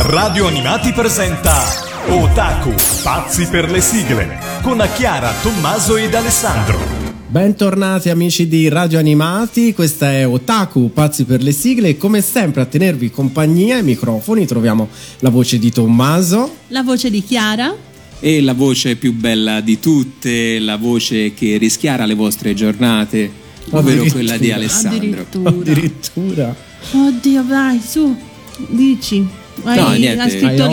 Radio Animati presenta Otaku, pazzi per le sigle, con Chiara, Tommaso ed Alessandro. Bentornati amici di Radio Animati, questa è Otaku, pazzi per le sigle e come sempre a tenervi compagnia ai microfoni troviamo la voce di Tommaso, la voce di Chiara e la voce più bella di tutte, la voce che rischiara le vostre giornate, ovvero quella di Alessandro. Addirittura. Oddio, vai, su, dici. Hai scritto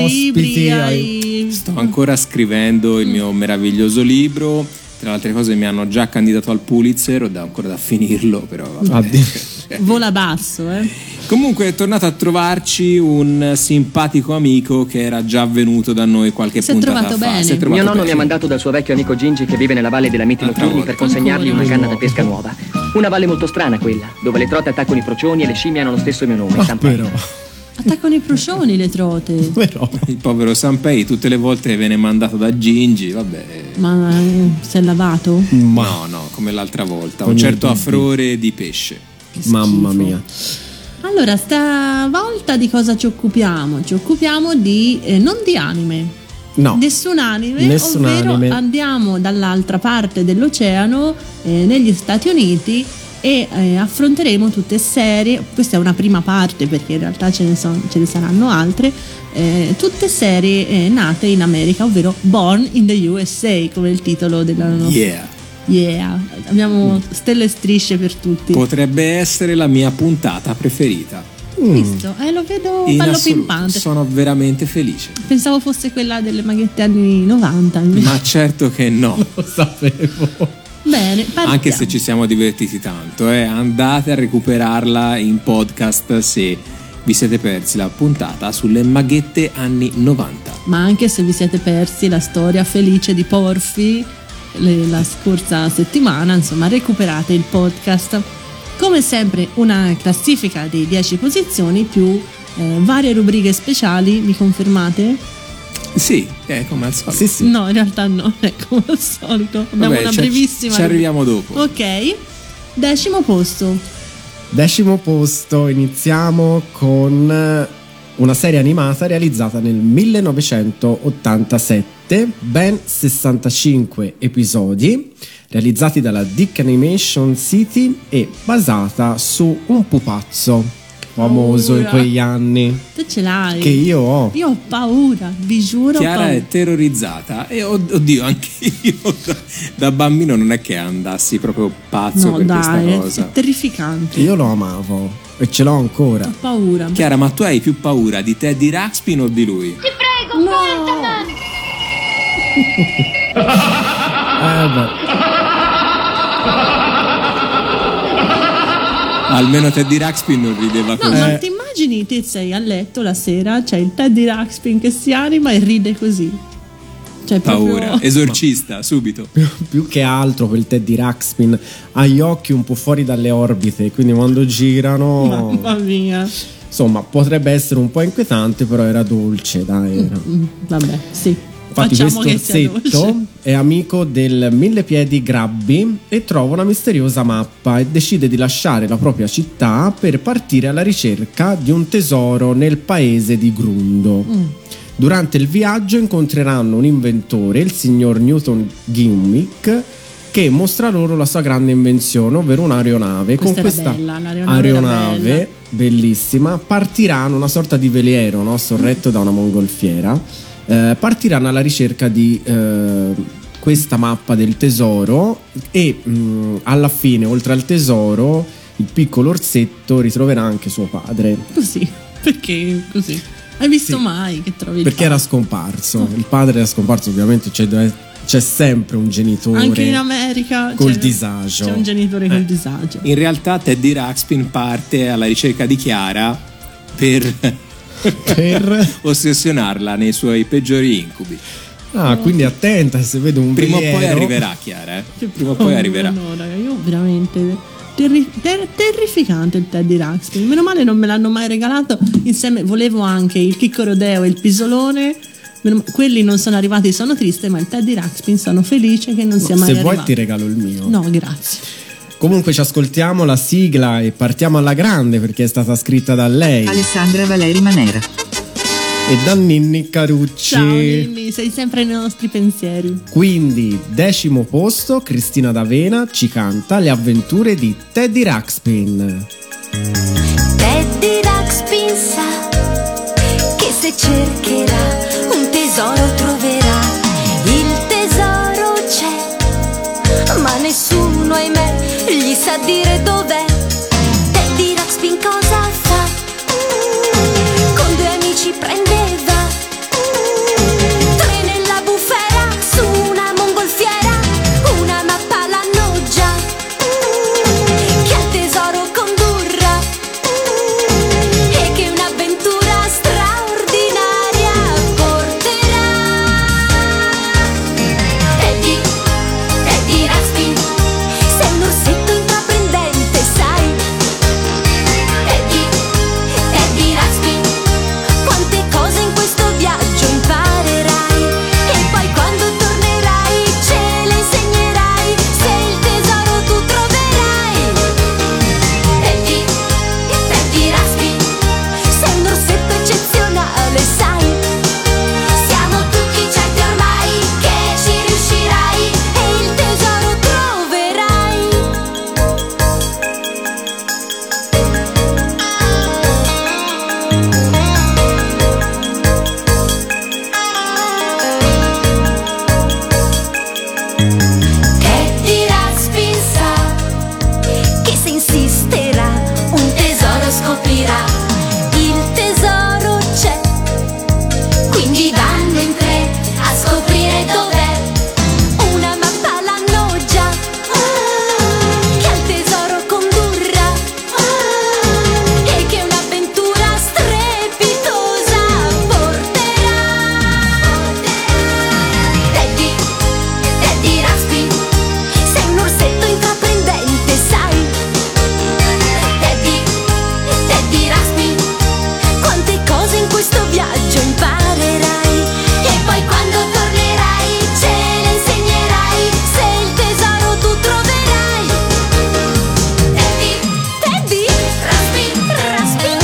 libri, Sto ancora scrivendo il mio meraviglioso libro. Tra le altre cose mi hanno già candidato al Pulitzer, ho ancora da finirlo, però vabbè. Vola basso, Comunque è tornato a trovarci un simpatico amico che era già venuto da noi qualche puntata fa. Bene. Mio nonno mi ha mandato dal suo vecchio amico Gingi che vive nella valle della Miti Notturni per consegnargli una canna da pesca nuova. Una valle molto strana quella, dove le trote attaccano i procioni e le scimmie hanno lo stesso mio nome, Sanpei. Attaccano i procioni le trote. Però. Il povero Sanpei tutte le volte viene mandato da Gingi, vabbè. Ma si è lavato? No, come l'altra volta. Un certo affrore di pesce. Mamma mia. Allora, stavolta di cosa ci occupiamo? Ci occupiamo di non di anime. No. Nessun anime. Andiamo dall'altra parte dell'oceano, negli Stati Uniti, e affronteremo tutte serie. Questa è una prima parte perché in realtà ce ne saranno altre, tutte serie nate in America, ovvero Born in the USA, come il titolo della nostra. Yeah, abbiamo stelle e strisce per tutti. Potrebbe essere la mia puntata preferita. Visto? Lo vedo bello pimpante. Sono veramente felice. Pensavo fosse quella delle maghette anni 90 invece. Ma certo che no. Lo sapevo. Bene, partiamo. Anche se ci siamo divertiti tanto, andate a recuperarla in podcast se vi siete persi la puntata sulle maghette anni 90. Ma anche se vi siete persi la storia felice di Porfi la scorsa settimana, insomma, recuperate il podcast. Come sempre una classifica di 10 posizioni più varie rubriche speciali, mi confermate? Sì, come al solito. Sì. No, in realtà no, è come al solito. Abbiamo una brevissima. Ci arriviamo dopo. Ok, decimo posto, iniziamo con una serie animata realizzata nel 1987, ben 65 episodi, realizzati dalla Dick Animation City e basata su un pupazzo famoso in quegli anni. Tu ce l'hai? Che io ho. Io ho paura, vi giuro. Chiara è terrorizzata e oddio, anche io da bambino non è che andassi proprio pazzo per questa cosa. È terrificante. Io lo amavo e ce l'ho ancora. Ho paura. Chiara, ma tu hai più paura di Teddy Ruxpin o di lui? Ti prego, guardami! Almeno Teddy Ruxpin non rideva così. No, ma ti immagini, te sei a letto la sera, c'è il Teddy Ruxpin che si anima e ride così. Cioè, paura, proprio... esorcista, subito. Più che altro quel Teddy Ruxpin ha gli occhi un po' fuori dalle orbite, quindi quando girano... Mamma mia. Insomma, potrebbe essere un po' inquietante, però era dolce, dai. Vabbè, sì. Infatti facciamo questo che orsetto è amico del millepiedi Grabby e trova una misteriosa mappa e decide di lasciare la propria città per partire alla ricerca di un tesoro nel paese di Grundo. Durante il viaggio incontreranno un inventore, il signor Newton Gimmick, che mostra loro la sua grande invenzione, ovvero un'aeronave. Con questa aeronave bellissima partiranno, una sorta di veliero, no? Sorretto da una mongolfiera. Partiranno alla ricerca di questa mappa del tesoro e alla fine, oltre al tesoro, il piccolo orsetto ritroverà anche suo padre. Così? Perché così? Hai visto mai che trovi il Perché padre? era scomparso. Il padre era scomparso, ovviamente c'è sempre un genitore. Anche in America col disagio. C'è un genitore col disagio. In realtà Teddy Ruxpin parte alla ricerca di Chiara per ossessionarla nei suoi peggiori incubi. Quindi attenta se vede un prima o veliero. poi arriverà, Chiara, prima o poi arriverà. No, raga, io veramente terrificante il Teddy Ruxpin. Meno male non me l'hanno mai regalato. Insieme volevo anche il Chicco Rodeo e il Pisolone. Quelli non sono arrivati, sono triste, ma il Teddy Ruxpin sono felice che non sia mai arrivato. Se vuoi ti regalo il mio. No, grazie. Comunque ci ascoltiamo la sigla e partiamo alla grande perché è stata scritta da lei, Alessandra Valeri Manera. e da Ninni Carucci. Ciao Ninni, sei sempre nei nostri pensieri. Quindi 10° posto, Cristina D'Avena ci canta Le avventure di Teddy Ruxpin. Teddy Ruxpin sa che se cercherà un tesoro troverà. Il tesoro c'è, ma nessuno, ahimè, gli sa dire dov'è. Teddy Ruxpin cosa fa? Con 2 amici prende e va. 3 nella bufera, su una mongolfiera, una mappa l'hanno già, che al tesoro condurrà e che un'avventura straordinaria porterà. Teddy Ruxpin, sei un orsetto intraprendente, sai. Teddy Ruxpin, quante cose in questo viaggio imparerai, e poi quando tornerai ce le insegnerai, se il tesoro tu troverai. Teddy Ruxpin, sei un orsetto eccezionale, sai. Siamo tutti certi ormai che ci riuscirai e il tesoro troverai. Teddy Ruxpin sa che se insisterà un tesoro scoprirà. Il tesoro c'è, quindi vanno in 3 a scoprire dov'è. Una mappa l'hanno già, che al tesoro condurrà, e che un'avventura strepitosa porterà. Teddy Ruxpin, sei un orsetto intraprendente, sai. Teddy Ruxpin, quante cose in questo viaggio imparerai, e poi quando tornerai ce le insegnerai, se il tesoro tu troverai. Teddy Ruxpin, Ruxpin.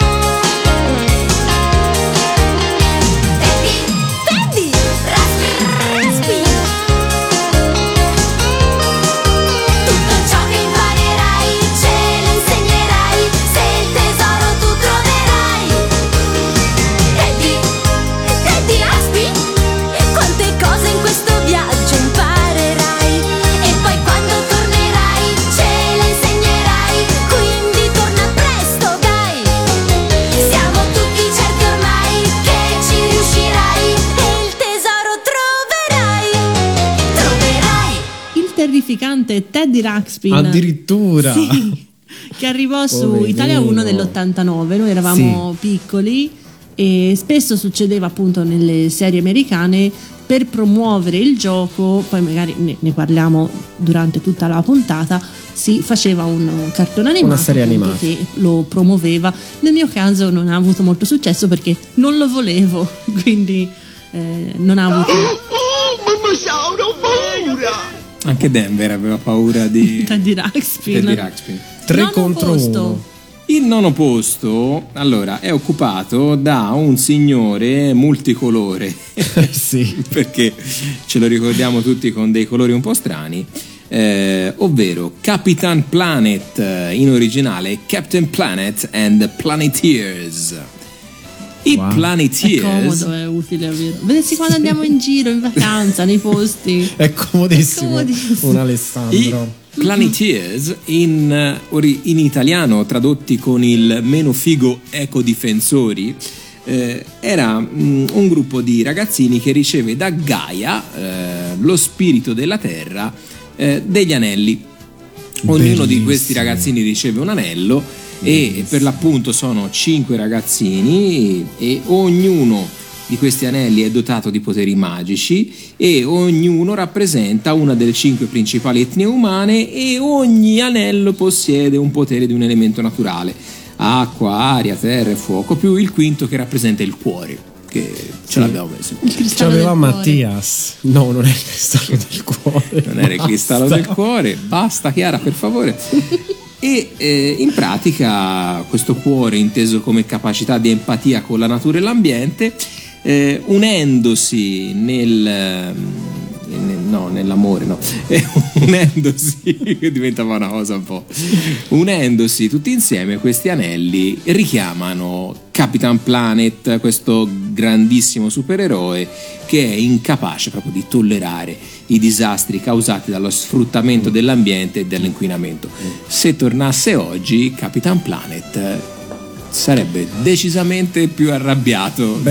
Teddy Ruxpin, Ruxpin. Tutto ciò che imparerai ce lo insegnerai, se il tesoro tu troverai. Teddy Ruxpin, quante cose in questo viaggio imparerai, e poi quando tornerai ce le insegnerai, quindi torna presto dai. Siamo tutti certi ormai che ci riuscirai e il tesoro troverai. Il terrificante Teddy Ruxpin. Addirittura. Sì, che arrivò su Poverino. Italia 1 nell'89. Noi eravamo piccoli e spesso succedeva appunto nelle serie americane, per promuovere il gioco, poi magari ne parliamo durante tutta la puntata, si faceva un cartone animato, una serie appunto, animata che lo promuoveva. Nel mio caso non ha avuto molto successo perché non lo volevo, quindi non ha avuto. Anche Denver aveva paura di Teddy Ruxpin. 3 Nono contro posto. 1. Il 9° posto, allora, è occupato da un signore multicolore. Sì. Perché ce lo ricordiamo tutti con dei colori un po' strani, ovvero Capitan Planet, in originale Captain Planet and the Planeteers. I Wow. È Planeteers comodo, è utile averlo. Vedersi quando andiamo in giro, in vacanza, nei posti. È comodissimo. È comodissimo. Un I Alessandro. Planeteers, in italiano tradotti con il meno figo ecodifensori, era un gruppo di ragazzini che riceve da Gaia, lo spirito della terra, degli anelli. Ognuno di Bellissimo. questi ragazzini riceve un anello, e per l'appunto sono 5 ragazzini, e ognuno di questi anelli è dotato di poteri magici, e ognuno rappresenta una delle 5 principali etnie umane, e ogni anello possiede un potere di un elemento naturale: acqua, aria, terra e fuoco, più il quinto che rappresenta il cuore, che ce l'abbiamo messo. Il Ci cristallo aveva del cuore. Mattias. No, non è il cristallo del cuore. Non era il cristallo del cuore, basta Chiara, per favore. e in pratica questo cuore, inteso come capacità di empatia con la natura e l'ambiente, unendosi unendosi diventava una cosa un po', unendosi tutti insieme, questi anelli richiamano Capitan Planet, questo grandissimo supereroe che è incapace proprio di tollerare i disastri causati dallo sfruttamento dell'ambiente e dell'inquinamento. Se tornasse oggi, Capitan Planet sarebbe decisamente più arrabbiato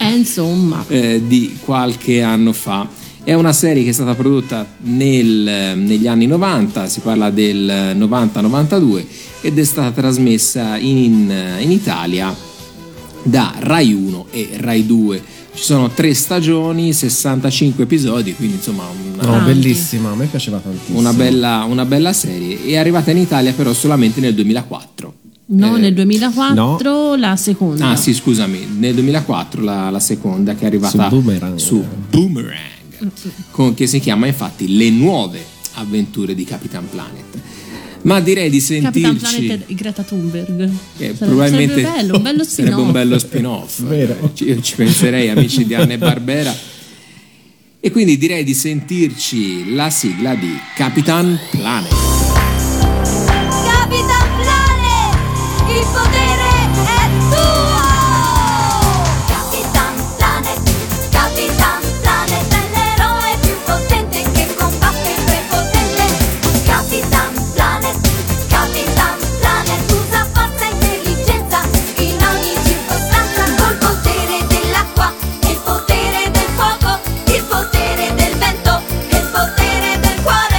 di qualche anno fa. È una serie che è stata prodotta negli anni 90, si parla del 90-92, ed è stata trasmessa in Italia da Rai 1 e Rai 2. Ci sono 3 stagioni, 65 episodi, quindi insomma bellissima, a me piaceva tantissimo. Una bella serie. È arrivata in Italia però solamente nel 2004. Nel 2004 la seconda. Ah sì, scusami, nel 2004 la seconda, che è arrivata su Boomerang. Che si chiama infatti Le nuove avventure di Capitan Planet. Ma direi di sentirci Capitan Planet e Greta Thunberg. Probabilmente sarebbe un bello spin-off. Sarebbe un bello spin-off. Io ci penserei, amici di Hanna-Barbera. E quindi direi di sentirci la sigla di Capitan Planet. Capitan Planet, il potere è tuo! Capitan Planet, Capitan Planet, è l'eroe più potente che combatte il prepotente. Capitan Planet, Capitan Planet, usa forza e intelligenza in ogni circostanza, col potere dell'acqua, il potere del fuoco, il potere del vento, il potere del cuore.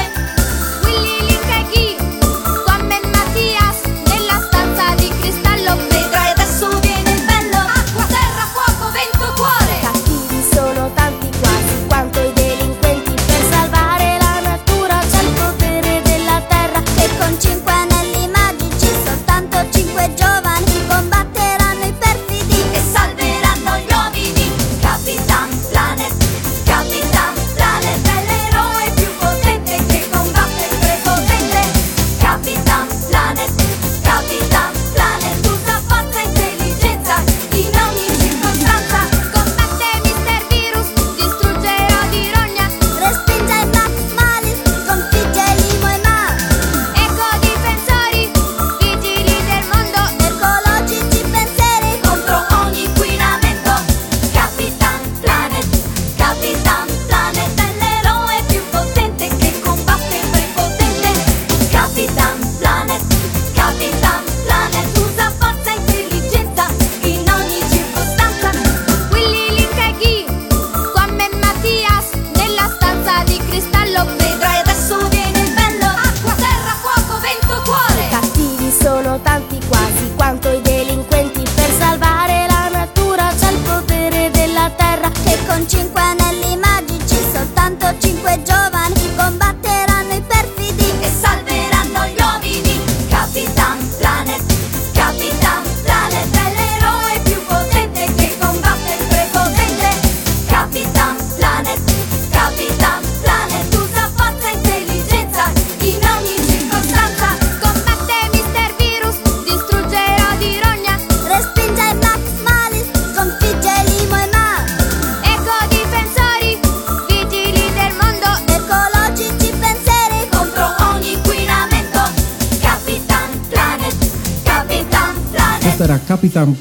Willy Linkaghi, Tom e Mattias, nella stanza di cristallo, vedrai adesso viene il bello. Acqua, terra, fuoco, vento, cuore. Cattivi sono tanti quasi quanto i delinquenti, per salvare la natura c'è il potere della terra, e con 5 anelli magici soltanto 5 giovani combatteranno i perfidi e salveranno gli uomini. Capitan Planet, Capitan Planet, è l'eroe più potente che combatte il prepotente. Capitan Planet, Capitan Planet, usa forza e intelligenza in ogni circostanza. Combatte Mr. Virus, distrugge di rogna, respinge il Max Malis, sconfigge l'Imo e Ma. Eco difensori, vigili del mondo, ecologici pensieri contro ogni inquinamento. Capitan Planet, Capitan Planet, è l'eroe più potente che combatte il prepotente. Capitan Planet, Capitan Planet, usa forza e intelligenza in ogni circostanza. Willy Linkaghi, Tom e Mattias, nella stanza di cristallo, vedrai adesso viene il bello. Acqua, terra, fuoco, vento, cuore. Cattivi sono tanti quasi quanto i delinquenti, per salvare la natura c'è il potere della terra, e con 5 anelli magici soltanto 5 giovani combatteranno i perfidi e salveranno gli uomini. Capitan Planet, Capitan Planet, è l'eroe più potente che combatte il prepotente. Capitan Planet, Capitan Planet, usa forza e intelligenza in ogni circostanza. Combatte Mr. Virus, distrugge di rogna, respinge il Max Malis, sconfigge l'Imo e Ma. Eco difensori, vigili del mondo, ecologici pensieri contro ogni inquinamento. Capitan Planet, Capitan Planet. Questo era Capitan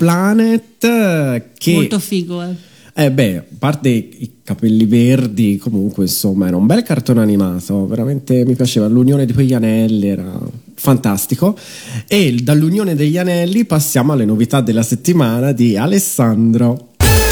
Planet, che Molto figo, a parte i capelli verdi, comunque insomma era un bel cartone animato, veramente mi piaceva. L'unione di quegli anelli era fantastico. E dall'unione degli anelli passiamo alle novità della settimana di Alessandro.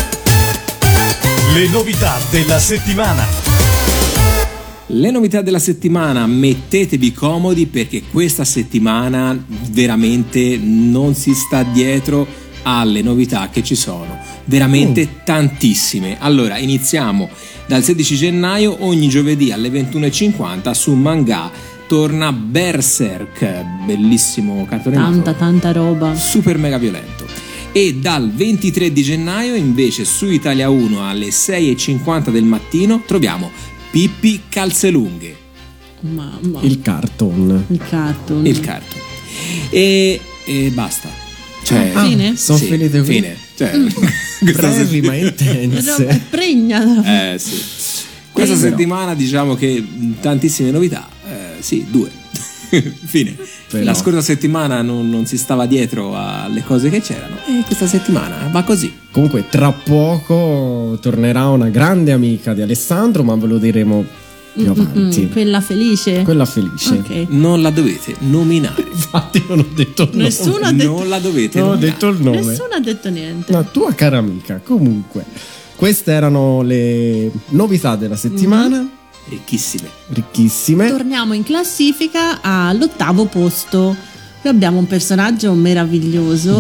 Le novità della settimana. Le novità della settimana, mettetevi comodi perché questa settimana veramente non si sta dietro alle novità che ci sono, veramente tantissime. Allora iniziamo dal 16 gennaio, ogni giovedì alle 21:50 su Manga torna Berserk, bellissimo cartone animato, tanta roba, super mega violento. E dal 23 di gennaio invece su Italia 1 alle 6:50 del mattino troviamo Pippi Calzelunghe. mamma, Il cartoon. il cartoon. E basta. Cioè, fine? Sono sì, finite qui. fine. Cioè, Brevi ma intense. È pregna. sì. Questa settimana diciamo che tantissime novità, sì, 2. Fine. Però. La scorsa settimana non si stava dietro alle cose che c'erano e questa settimana va così. Comunque tra poco tornerà una grande amica di Alessandro, ma ve lo diremo più avanti. Quella felice. Quella felice. Ok. Non la dovete nominare. Infatti non ho detto il nome. Nessuno ha detto, Non la dovete Non ho nominare. detto il nome. nessuno ha detto niente. La tua cara amica. Comunque, queste erano le novità della settimana. Ricchissime. Torniamo in classifica all'8° posto. Qui abbiamo un personaggio meraviglioso,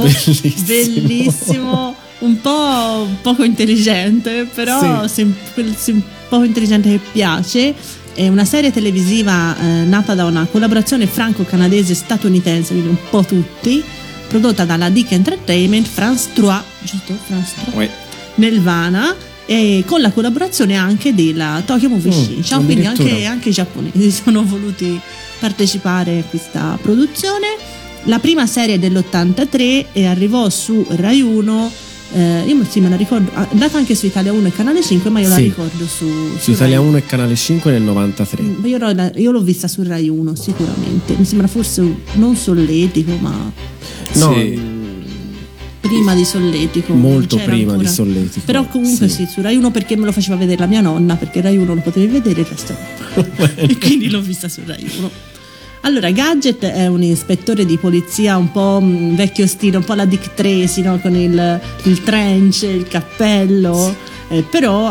bellissimo, un po' poco intelligente, però quel poco intelligente che piace. È una serie televisiva nata da una collaborazione franco-canadese-statunitense, quindi un po' tutti, prodotta dalla Dick Entertainment, France 3, giusto? France 3? Ouais. Nelvana, e con la collaborazione anche della Tokyo Movie Shinshan, quindi anche i giapponesi sono voluti partecipare a questa produzione. La prima serie dell'83 e arrivò su Rai 1, io sì me la ricordo, è andata anche su Italia 1 e Canale 5, ma io la ricordo su Italia Rai 1 e Canale 5 nel 93. Io l'ho vista su Rai 1 sicuramente, mi sembra forse non Solletico, ma No, Sì. prima di Solletico, molto c'era prima ancora. di Solletico. Però comunque sì, su Rai 1 perché me lo faceva vedere la mia nonna, perché Rai 1 lo potevi vedere, il resto no. E quindi l'ho vista su Rai 1. Allora, Gadget è un ispettore di polizia un po' vecchio stile, un po' la Dick Tracy, no? Con il trench, il cappello, però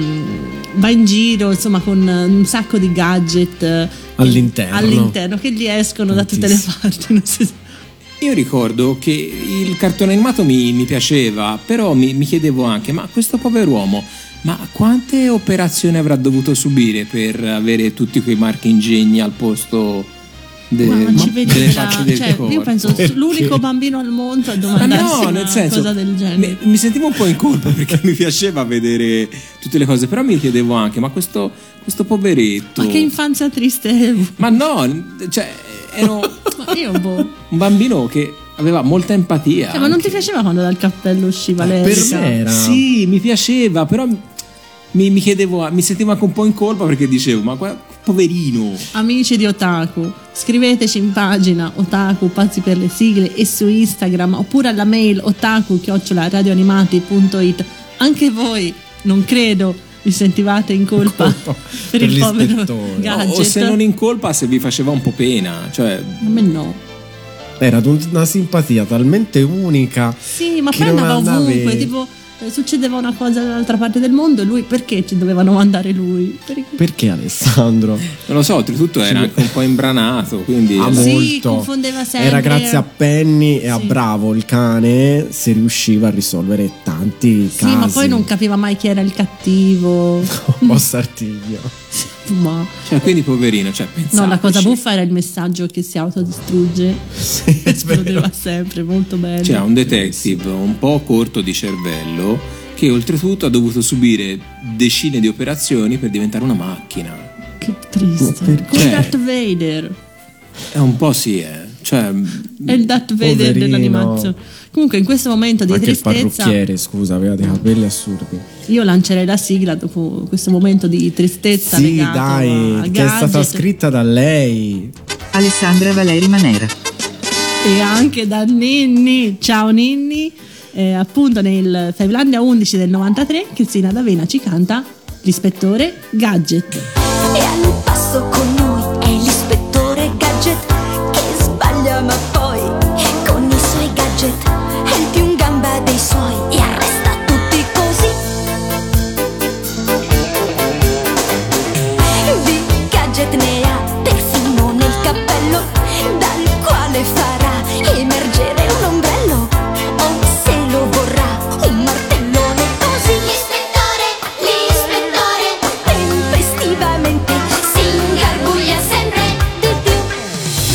va in giro insomma con un sacco di gadget all'interno che gli escono da tutte le parti. Non si sa. Io ricordo che il cartone animato mi piaceva, però mi chiedevo anche, ma questo pover'uomo, ma quante operazioni avrà dovuto subire per avere tutti quei marchingegni al posto Ma ci vedi delle già, parti del cioè, corpo? io penso l'unico bambino al mondo a domandarsi nel senso, cosa del genere. mi sentivo un po' in colpa perché mi piaceva vedere tutte le cose, però mi chiedevo anche, ma questo poveretto, Ma che infanzia triste. ma no, cioè ero Ma io un bambino che aveva molta empatia, ma non anche. ti piaceva quando dal cappello usciva Per l'elica? me era Sì, mi piaceva, però mi chiedevo, mi sentivo anche un po' in colpa perché dicevo, ma poverino. Amici di Otaku, scriveteci in pagina Otaku Pazzi per le sigle e su Instagram oppure alla mail otaku@radioanimati.it. Anche voi, non credo, vi sentivate in colpa per il povero l'ispettore. Gadget. O se non in colpa, se vi faceva un po' pena, cioè A me no. era una simpatia talmente unica. Sì, ma che poi non andava andavi- ovunque, tipo succedeva una cosa dall'altra parte del mondo e lui, perché ci dovevano mandare lui? Perché Alessandro? non lo so, oltretutto era anche un po' imbranato, quindi Sì, Molto. confondeva sempre. Era grazie a Penny e a Sì. Bravo il cane se riusciva a risolvere tanti Sì, casi. ma poi non capiva mai chi era il cattivo. Un po' sartiglio. Ma cioè, quindi poverino, cioè, no, la cosa pensateci. buffa era il messaggio che si autodistrugge. Sì, è vero. Esplodeva sempre, molto bello. C'era un detective un po' corto di cervello che oltretutto ha dovuto subire decine di operazioni per diventare una macchina. Che triste. Perché? Come Darth Vader. È un po' sì, cioè È il Darth Vader Poverino. dell'animazione. Comunque in questo momento di Anche il tristezza parrucchiere, scusa, aveva dei capelli assurdi. io lancerei la sigla dopo questo momento di tristezza Sì, legato a dai, che è stata Gadget scritta da lei. Alessandra Valeri Manera. e anche da Ninni. Ciao Ninni. Appunto nel Fivelandia 11 del 93 Cristina D'Avena ci canta l'ispettore Gadget. E al passo con noi è l'ispettore Gadget che sbaglia ma poi con i suoi gadget è il più in gamba dei suoi e arresta tutti così. Di gadget ne ha perfino nel cappello dal quale farà emergere un ombrello o se lo vorrà un martellone così. L'ispettore tempestivamente si ingarbuglia sempre di più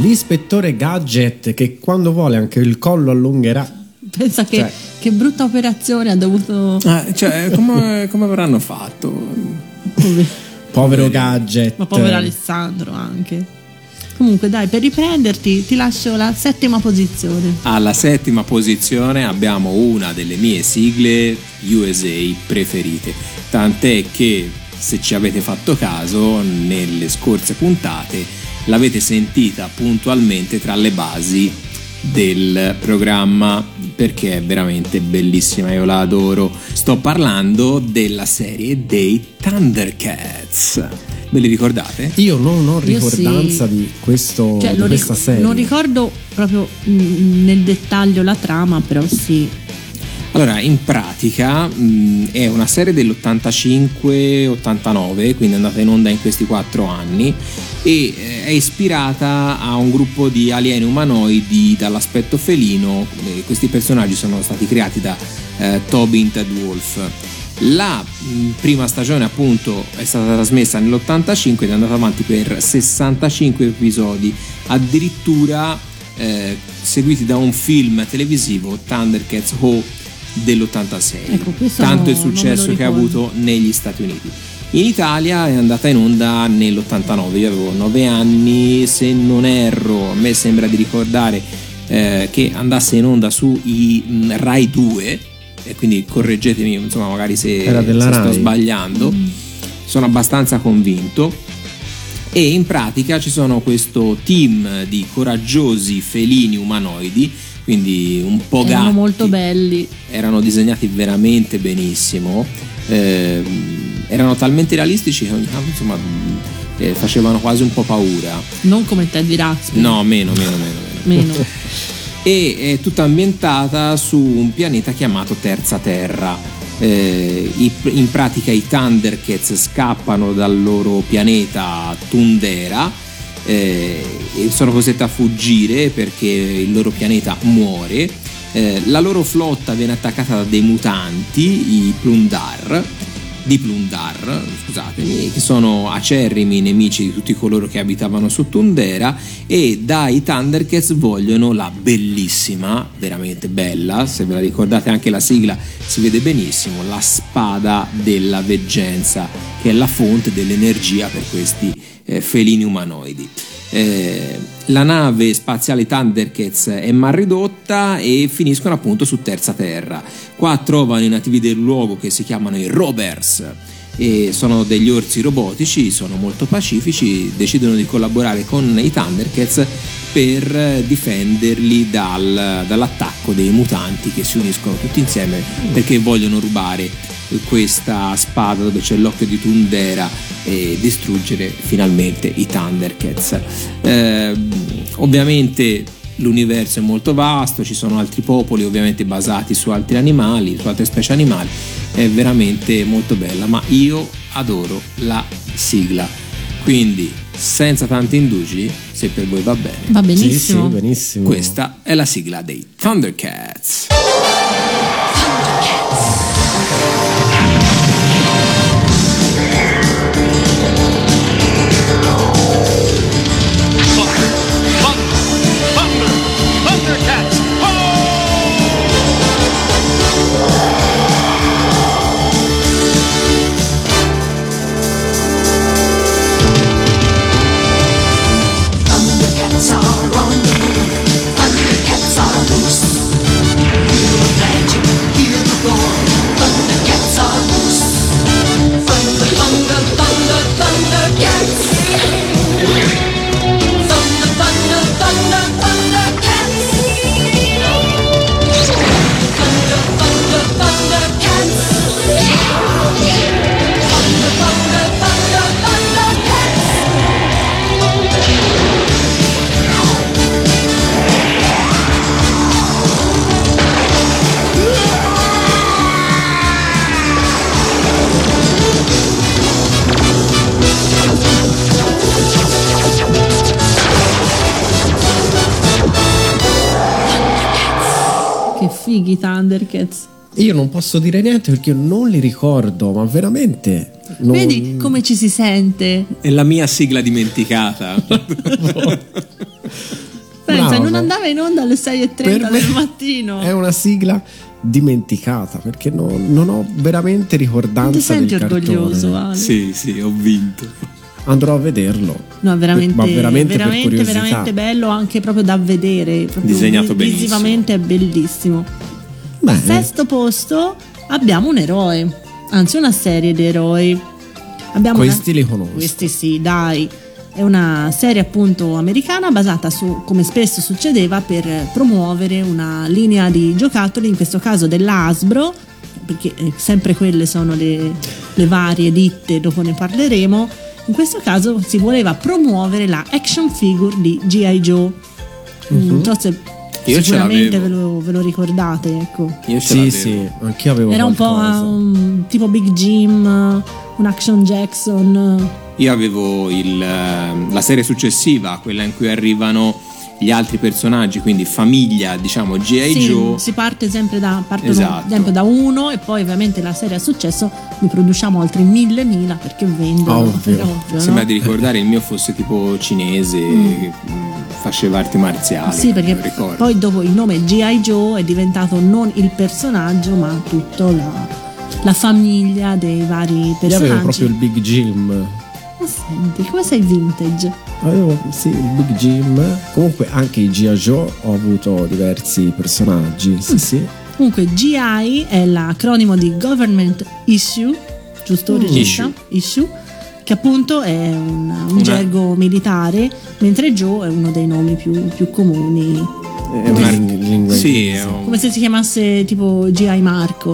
l'ispettore Gadget che quando vuole anche il collo allungherà. Pensa che brutta operazione ha dovuto... come avranno fatto? Povero Gadget. Ma povero Alessandro anche. Comunque dai, per riprenderti ti lascio la 7ª posizione. Alla 7ª posizione abbiamo una delle mie sigle USA preferite, tant'è che, se ci avete fatto caso, nelle scorse puntate l'avete sentita puntualmente tra le basi del programma, perché è veramente bellissima, io la adoro. Sto parlando della serie dei Thundercats. Ve li ricordate? Io non ho ricordanza di questa serie. Non ricordo proprio nel dettaglio la trama, però sì. Allora, in pratica è una serie dell'85-89, quindi è andata in onda in questi 4 anni, e è ispirata a un gruppo di alieni umanoidi dall'aspetto felino. Questi personaggi sono stati creati da Toby Ted Wolf. La prima stagione appunto è stata trasmessa nell'85 ed è andata avanti per 65 episodi, addirittura seguiti da un film televisivo, Thundercats Ho, dell'86. Ecco, tanto il successo che ha avuto negli Stati Uniti. In Italia è andata in onda nell'89, io avevo 9 anni, se non erro, a me sembra di ricordare che andasse in onda su Rai 2, e quindi correggetemi, insomma, magari se sto sbagliando. Sono abbastanza convinto. E in pratica ci sono questo team di coraggiosi felini umanoidi, quindi un po' gatti. Erano molto belli, erano disegnati veramente benissimo, erano talmente realistici che ogni tanto, insomma, facevano quasi un po' paura. Non come Teddy Ruxpin. No, meno. E è tutta ambientata su un pianeta chiamato Terza Terra. In pratica i Thundercats scappano dal loro pianeta Thundera e sono costretti a fuggire perché il loro pianeta muore. La loro flotta viene attaccata da dei mutanti, i Plundar, scusatemi, che sono acerrimi nemici di tutti coloro che abitavano su Thundera, e dai Thundercats vogliono la bellissima, veramente bella, se ve la ricordate anche la sigla si vede benissimo, la spada della veggenza, che è la fonte dell'energia per questi felini umanoidi. La nave spaziale Thundercats è mal ridotta e finiscono appunto su Terza Terra. Qua trovano i nativi del luogo che si chiamano i Rovers e sono degli orsi robotici, sono molto pacifici, decidono di collaborare con i Thundercats per difenderli dall'attacco dei mutanti, che si uniscono tutti insieme perché vogliono rubare questa spada dove c'è l'occhio di Thundera e distruggere finalmente i Thundercats. Ovviamente l'universo è molto vasto, ci sono altri popoli ovviamente basati su altri animali, su altre specie animali, è veramente molto bella, ma io adoro la sigla, quindi senza tanti indugi, se per voi va bene. Va benissimo. Sì, benissimo. Questa è la sigla dei Thundercats. Fighi Thundercats. Io non posso dire niente perché io non li ricordo, ma veramente non... Vedi come ci si sente? È la mia sigla dimenticata. andava in onda alle 6:30 del mattino. È una sigla dimenticata perché non ho veramente ricordanza Ti senti del orgoglioso, cartone. Ale? Sì, ho vinto. Andrò a vederlo. No, veramente, ma veramente per curiosità. veramente bello, anche proprio da vedere, proprio Disegnato benissimo. visivamente è bellissimo. Bene. Al sesto posto abbiamo un eroe, anzi una serie di eroi. Abbiamo Questi li conosco. Questi sì, dai. È una serie appunto americana basata su, come spesso succedeva, per promuovere una linea di giocattoli, in questo caso della Hasbro, perché sempre quelle sono le varie ditte, dopo ne parleremo. In questo caso si voleva promuovere la action figure di G.I. Joe. Non so se Io sicuramente ce ve l'avevo. lo ricordate, ecco. Io ce l'avevo. Sì, anch'io avevo Era un po' qualcosa. tipo Big Jim, un Action Jackson. Io avevo la serie successiva, quella in cui arrivano gli altri personaggi, quindi famiglia, diciamo G.I. Sì, Joe. si parte sempre Esatto. sempre da uno, e poi ovviamente la serie ha successo, ne produciamo altri 1000 perché vendono. Ovvio. Sembra di ricordare il mio fosse tipo cinese, che faceva arti marziali. Sì, perché non ricordo. poi dopo il nome G.I. Joe è diventato non il personaggio, ma tutta la famiglia dei vari Io personaggi. avevo proprio il Big Jim. Ma senti, come sei vintage? Avevo sì, il Big Jim. Comunque anche i G.I. Joe ho avuto diversi personaggi. Sì. Comunque GI è l'acronimo di Government Issue, giusto regista? Issue, che appunto è un gergo militare, mentre Joe è uno dei nomi più comuni. È una lingua Sì, inglese. Come se si chiamasse tipo GI Marco.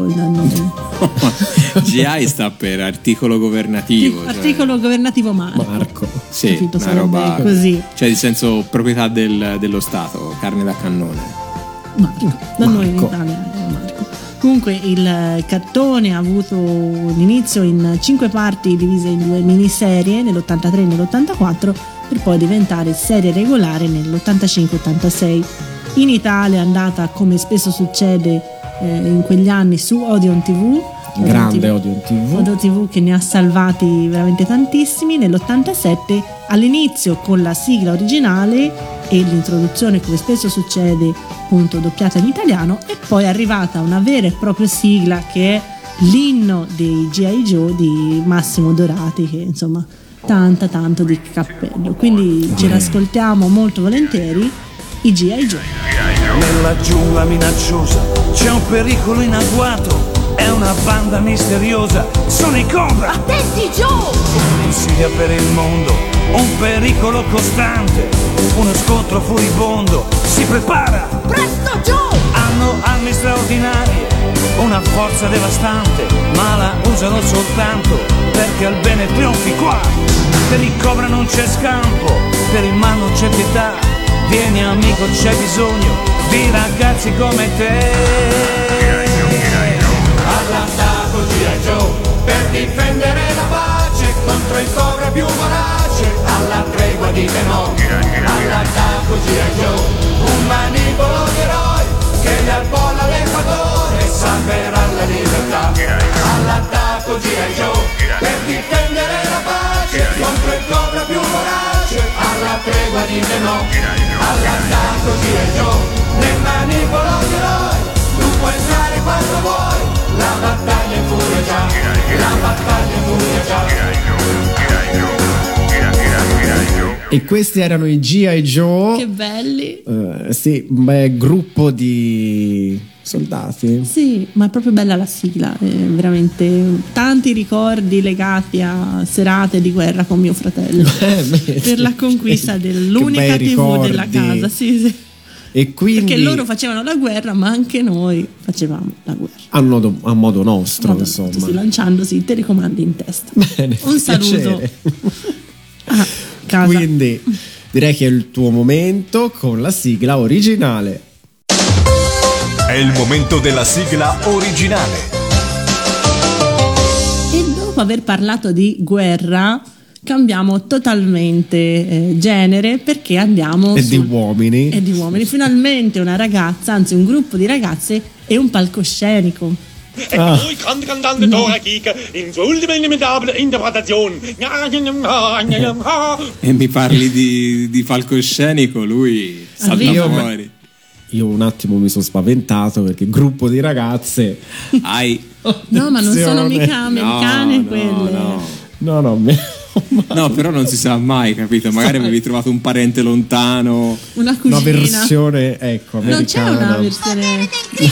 GI sta per articolo governativo. Articolo governativo Marco. Marco. Sì, Capito, una sarebbe roba così. Cioè, nel senso proprietà dello Stato, carne da cannone. Marco. Da noi in Marco. Italia è Marco. Comunque il cartone ha avuto un inizio in 5 parti divise in 2 miniserie nell'83 e nell'84, per poi diventare serie regolare nell'85-86. In Italia è andata, come spesso succede in quegli anni, su Odeon TV. Grande Odeon TV. Odeon TV che ne ha salvati veramente tantissimi. Nell'87 all'inizio con la sigla originale e l'introduzione, come spesso succede, appunto doppiata in italiano, e poi è arrivata una vera e propria sigla che è l'inno dei G.I. Joe di Massimo Dorati, che insomma tanto di cappello, quindi ce l'ascoltiamo molto volentieri, i G.I. Joe. Nella giungla minacciosa c'è un pericolo in agguato, è una banda misteriosa, sono i Cobra. Attenti, Joe! Un'insidia per il mondo, un pericolo costante, uno scontro furibondo si prepara. Presto, Joe! Hanno armi straordinarie, una forza devastante, ma la usano soltanto perché al bene trionfi qua. Per il Cobra non c'è scampo, per il mal non c'è pietà. Vieni amico, c'è bisogno di ragazzi come te. All'attacco G.I. Joe, per difendere la pace contro il Cobra più vorace, alla tregua di no. All'attacco G.I. Joe, un manipolo di eroi che dal polo all'equatore salverà la libertà. All'attacco G.I. Joe, per difendere la pace contro il Cobra più vorace, alla tregua di no. All'attacco G.I. Joe, nel manipolo di eroi, tu puoi entrare quando vuoi, la battaglia in furia già, la battaglia in furia già. E questi erano i G.I. Joe. Che belli! Sì, un bel gruppo di soldati. Sì, ma è proprio bella la sigla, veramente tanti ricordi legati a serate di guerra con mio fratello per la conquista dell'unica Che bei TV ricordi. della casa, sì. E quindi Perché loro facevano la guerra, ma anche noi facevamo la guerra. a modo nostro, insomma. Sì, lanciandosi i telecomandi in testa. Bene, Un saluto piacere. a casa. Quindi direi che è il tuo momento con la sigla originale. È il momento della sigla originale. E dopo aver parlato di guerra cambiamo totalmente genere, perché andiamo E di uomini. e di uomini. Finalmente una ragazza, anzi un gruppo di ragazze e un palcoscenico. Lui cantante Dora Kika in sua ultima inimitable interpretazione. E mi parli di palcoscenico, lui salta fuori. Io un attimo mi sono spaventato perché gruppo di ragazze. No, ma non sono mica americane quelle. No, però non si sa mai, capito? Magari avevi trovato un parente lontano. Una cugina. Una versione, ecco, americana. Non c'è una versione.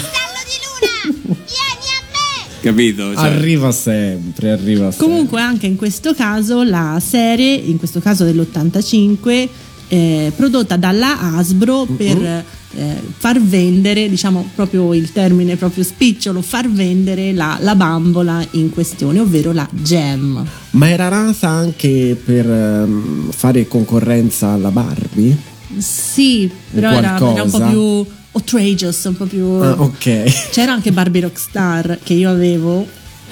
Capito? Cioè. Arriva sempre. Comunque anche in questo caso la serie, in questo caso dell'85, prodotta dalla Hasbro per far vendere, diciamo proprio il termine proprio spicciolo, far vendere la bambola in questione, ovvero la Gem. Ma era nata anche per fare concorrenza alla Barbie? Sì, però era un po' più outrageous, un po' più... ok. C'era anche Barbie Rockstar che io avevo,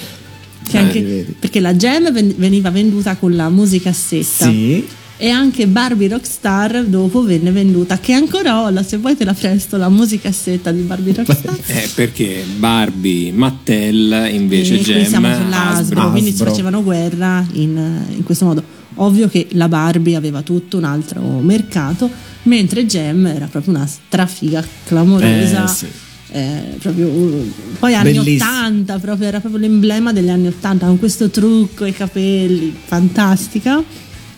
perché la Gem veniva venduta con la musicassetta. Sì. E anche Barbie Rockstar dopo venne venduta, che ancora ho, se vuoi te la presto la musicassetta di Barbie Rockstar. Perché Barbie, Mattel, invece Gem, siamo sull'Hasbro, quindi si facevano guerra in questo modo. Ovvio che la Barbie aveva tutto un altro mercato, mentre Gem era proprio una strafiga clamorosa. Sì. Proprio poi anni Bellissimo. 80, era proprio l'emblema degli anni 80, con questo trucco, i capelli, fantastica.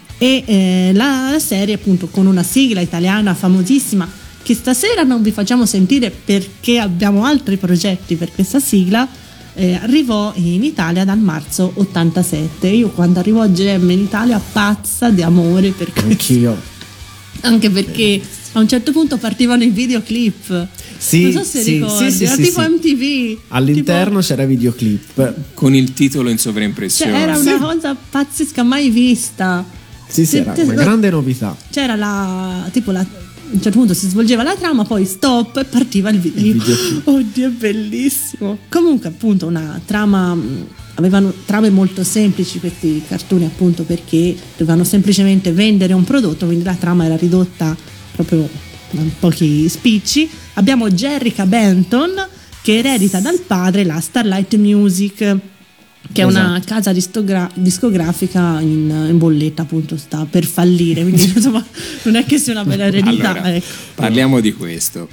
E la serie appunto con una sigla italiana famosissima che stasera non vi facciamo sentire perché abbiamo altri progetti per questa sigla, arrivò in Italia dal marzo 87. Io quando arrivò Gem in Italia pazza di amore per questo. Anch'io. Anche perché a un certo punto partivano i videoclip. Sì, non so se ricordi, era tipo MTV. All'interno c'era videoclip con il titolo in sovraimpressione. Cioè, era una cosa pazzesca, mai vista. Sì, era una grande novità. C'era a un certo punto si svolgeva la trama, poi stop e partiva il video. Oddio, è bellissimo. Comunque appunto avevano trame molto semplici questi cartoni, appunto perché dovevano semplicemente vendere un prodotto, quindi la trama era ridotta proprio a pochi spicci. Abbiamo Jerrica Benton che eredita dal padre la Starlight Music, che è una casa discografica in bolletta, appunto sta per fallire, quindi insomma non è che sia una bella eredità. Allora, ecco. Parliamo di questo.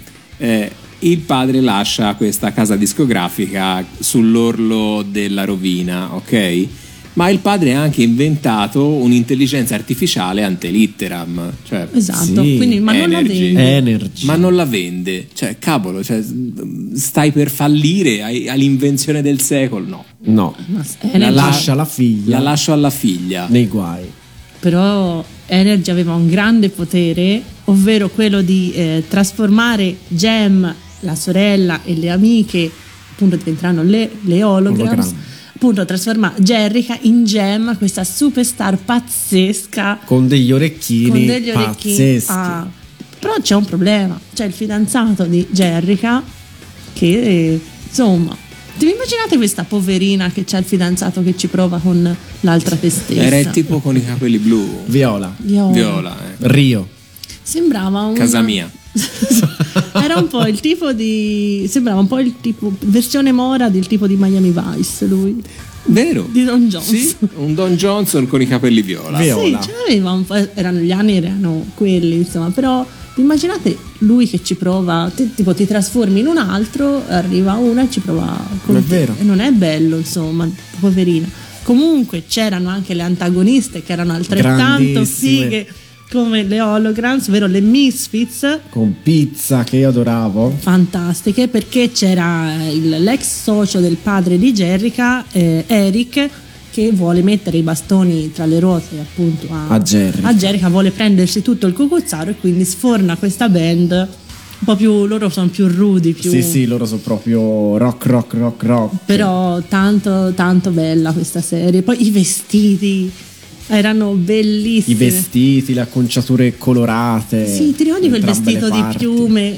Il padre lascia questa casa discografica sull'orlo della rovina, ok? Ma il padre ha anche inventato un'intelligenza artificiale ante litteram, cioè, esatto, quindi, ma non la vende. Ma non la vende, cioè cavolo, cioè, stai per fallire, hai l'invenzione del secolo, no. La lascia alla figlia. La lascio alla figlia nei guai. Però Energy aveva un grande potere, ovvero quello di trasformare Gem, la sorella e le amiche, appunto diventeranno le holograms. Appunto trasforma Jerrica in Gem, questa superstar pazzesca con degli orecchini pazzeschi. Però c'è un problema, c'è il fidanzato di Jerrica che insomma, ti immaginate questa poverina che c'ha il fidanzato che ci prova con l'altra te stessa? Era il tipo con i capelli blu. Viola. Rio. Sembrava un... Casa mia. Era un po' il tipo sembrava un po' il tipo versione Mora del tipo di Miami Vice, lui. Vero? Di Don Johnson. Sì, un Don Johnson con i capelli viola. Sì, c'aveva un po', gli anni erano quelli, insomma, però immaginate lui che ci prova, tipo ti trasformi in un altro, arriva una e ci prova con non è vero. E non è bello, insomma, poverina. Comunque c'erano anche le antagoniste che erano altrettanto fighe come le holograms, ovvero le Misfits, con Pizza, che io adoravo, fantastiche, perché c'era l'ex socio del padre di Jerrica, Eric, che vuole mettere i bastoni tra le ruote appunto a Jerrica, vuole prendersi tutto il cucuzzaro e quindi sforna questa band un po' più, loro sono più rudi, più... Sì, loro sono proprio rock. Però tanto bella questa serie. Poi i vestiti erano bellissimi. I vestiti, le acconciature colorate. Sì, ti ricordi quel vestito di piume?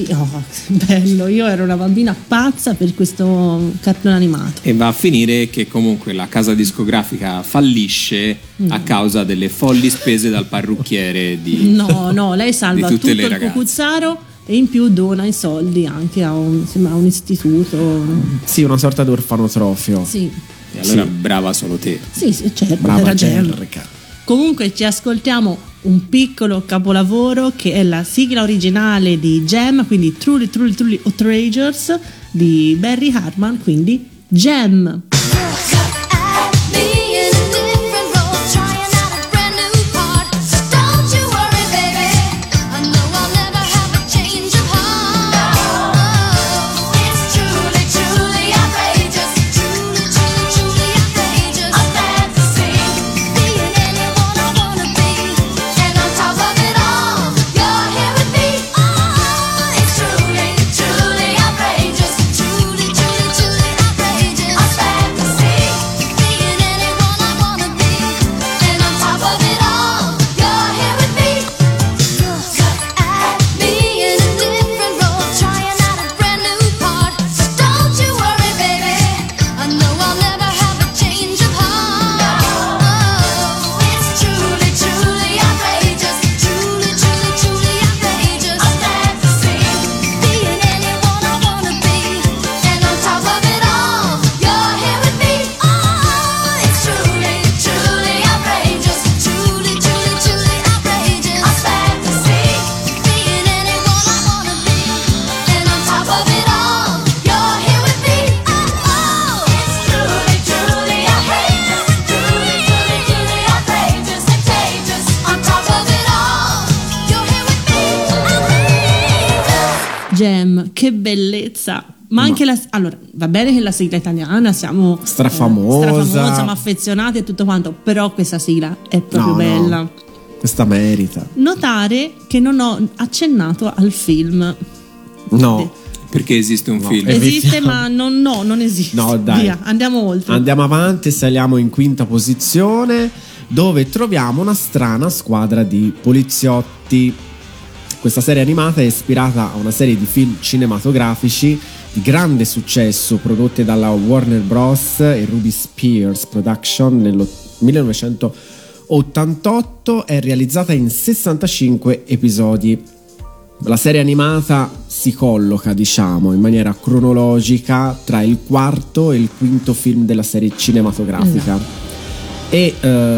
Bello, io ero una bambina pazza per questo cartone animato. E va a finire che comunque la casa discografica fallisce a causa delle folli spese dal parrucchiere di No, lei salva di tutte tutto le il cucuzzaro, e in più dona i soldi anche a un istituto. Sì, una sorta di orfanotrofio. Sì. E allora brava solo te. Sì, certo, Brava era Gem. Gerrica. Comunque ci ascoltiamo un piccolo capolavoro che è la sigla originale di Gem, quindi Truly Truly Truly Outrageous di Barry Hartman, quindi Gem. Gem, che bellezza. Ma anche allora, va bene che la sigla italiana siamo strafamosa, siamo affezionati e tutto quanto, però questa sigla è proprio bella. No. Questa merita. Notare che non ho accennato al film. No. Perché esiste un film? Esiste, ma non esiste. No, dai. Via, andiamo oltre. Andiamo avanti, saliamo in quinta posizione, dove troviamo una strana squadra di poliziotti. Questa serie animata è ispirata a una serie di film cinematografici di grande successo prodotte dalla Warner Bros. E Ruby Spears Production nel 1988. È realizzata in 65 episodi. La serie animata si colloca, diciamo, in maniera cronologica tra il quarto e il quinto film della serie cinematografica. E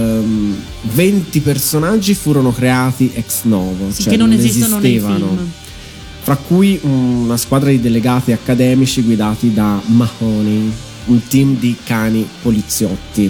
20 personaggi furono creati ex novo, sì, cioè che non esistono esistevano, nei film. fra cui una squadra di delegati accademici guidati da Mahoney, un team di cani poliziotti,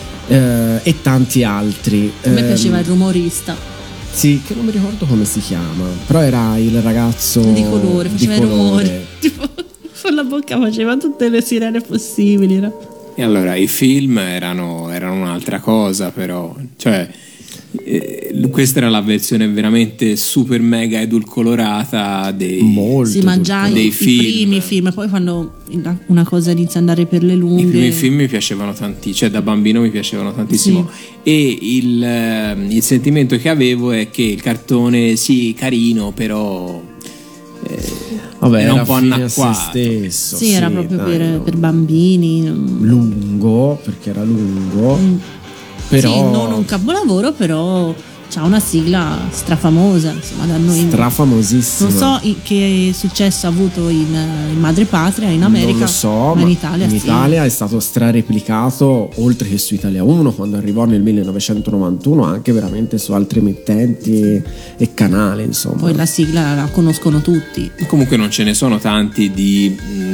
e tanti altri. A me piaceva il rumorista. Sì, che non mi ricordo come si chiama, però era il ragazzo di colore, faceva i rumori. Tipo, con la bocca faceva tutte le sirene possibili. No? E allora i film erano un'altra cosa, però, cioè questa era la versione veramente super mega edulcorata sì, ma già dei i film. Primi film, poi quando una cosa inizia ad andare per le lunghe. I primi film mi piacevano tantissimo, cioè da bambino mi piacevano tantissimo, sì. E il sentimento che avevo è che il cartone sì, carino, però vabbè, era un po' anacquato. Stesso, sì, era proprio per bambini. Lungo, perché era lungo. Però sì, non un capolavoro, però c'ha una sigla strafamosa, insomma, da noi. Strafamosissima. Non so che successo ha avuto in Madrepatria, in America. Non lo so, ma in Italia, Italia è stato strareplicato, oltre che su Italia 1 quando arrivò nel 1991, anche veramente su altri emittenti e canali, insomma. Poi la sigla la conoscono tutti. Comunque non ce ne sono tanti di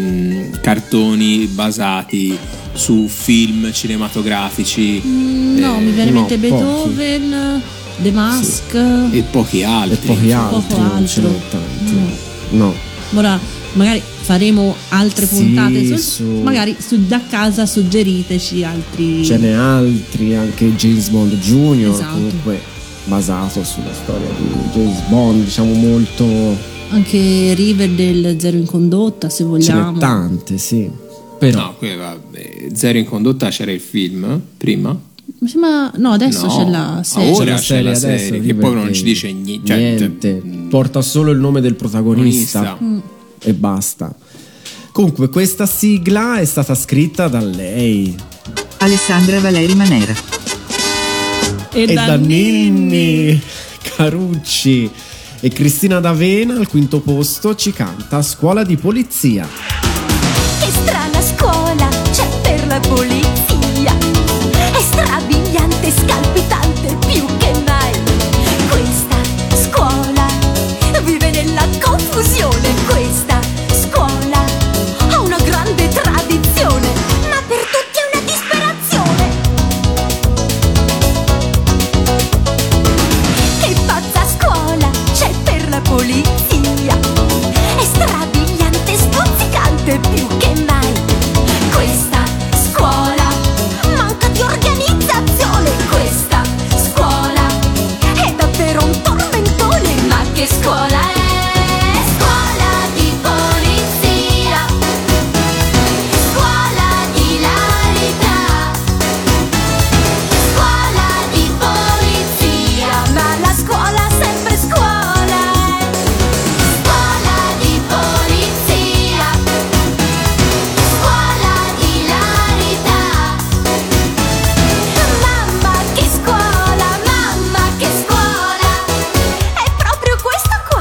cartoni basati su film cinematografici. No, mi viene in mente Beethoven, pochi. The Mask, sì. E pochi altri. Non ce n'è tanti. No. Ora magari faremo altre puntate magari da casa, suggeriteci altri. Ce n'è altri, anche James Bond Jr. Esatto. Comunque basato sulla storia di James Bond, diciamo molto. Anche Riverdale, Zero in condotta, se vogliamo. Ce n'è tante, sì. Però Zero in condotta c'era il film prima. No, adesso c'è la serie. Ora c'è la serie che poi non ci dice niente. Porta solo il nome del protagonista e basta. Comunque questa sigla è stata scritta da lei, Alessandra Valeri Manera, e da Ninni Carucci. E Cristina D'Avena al quinto posto ci canta Scuola di polizia. Che strana scuola c'è per la polizia, è strabiliante, scalpitante più che mai. Questa scuola vive nella confusione, questa scuola ha una grande tradizione, ma per tutti è una disperazione. Che pazza scuola c'è per la polizia, è strabiliante, stuzzicante più che mai. Questa scuola manca di organizzazione, questa scuola è davvero un tormentone. Ma che scuola è? Scuola di polizia, scuola di ilarità, scuola di polizia, ma la scuola sempre scuola è. Scuola di polizia, scuola di ilarità, mamma che scuola, è proprio questa qua.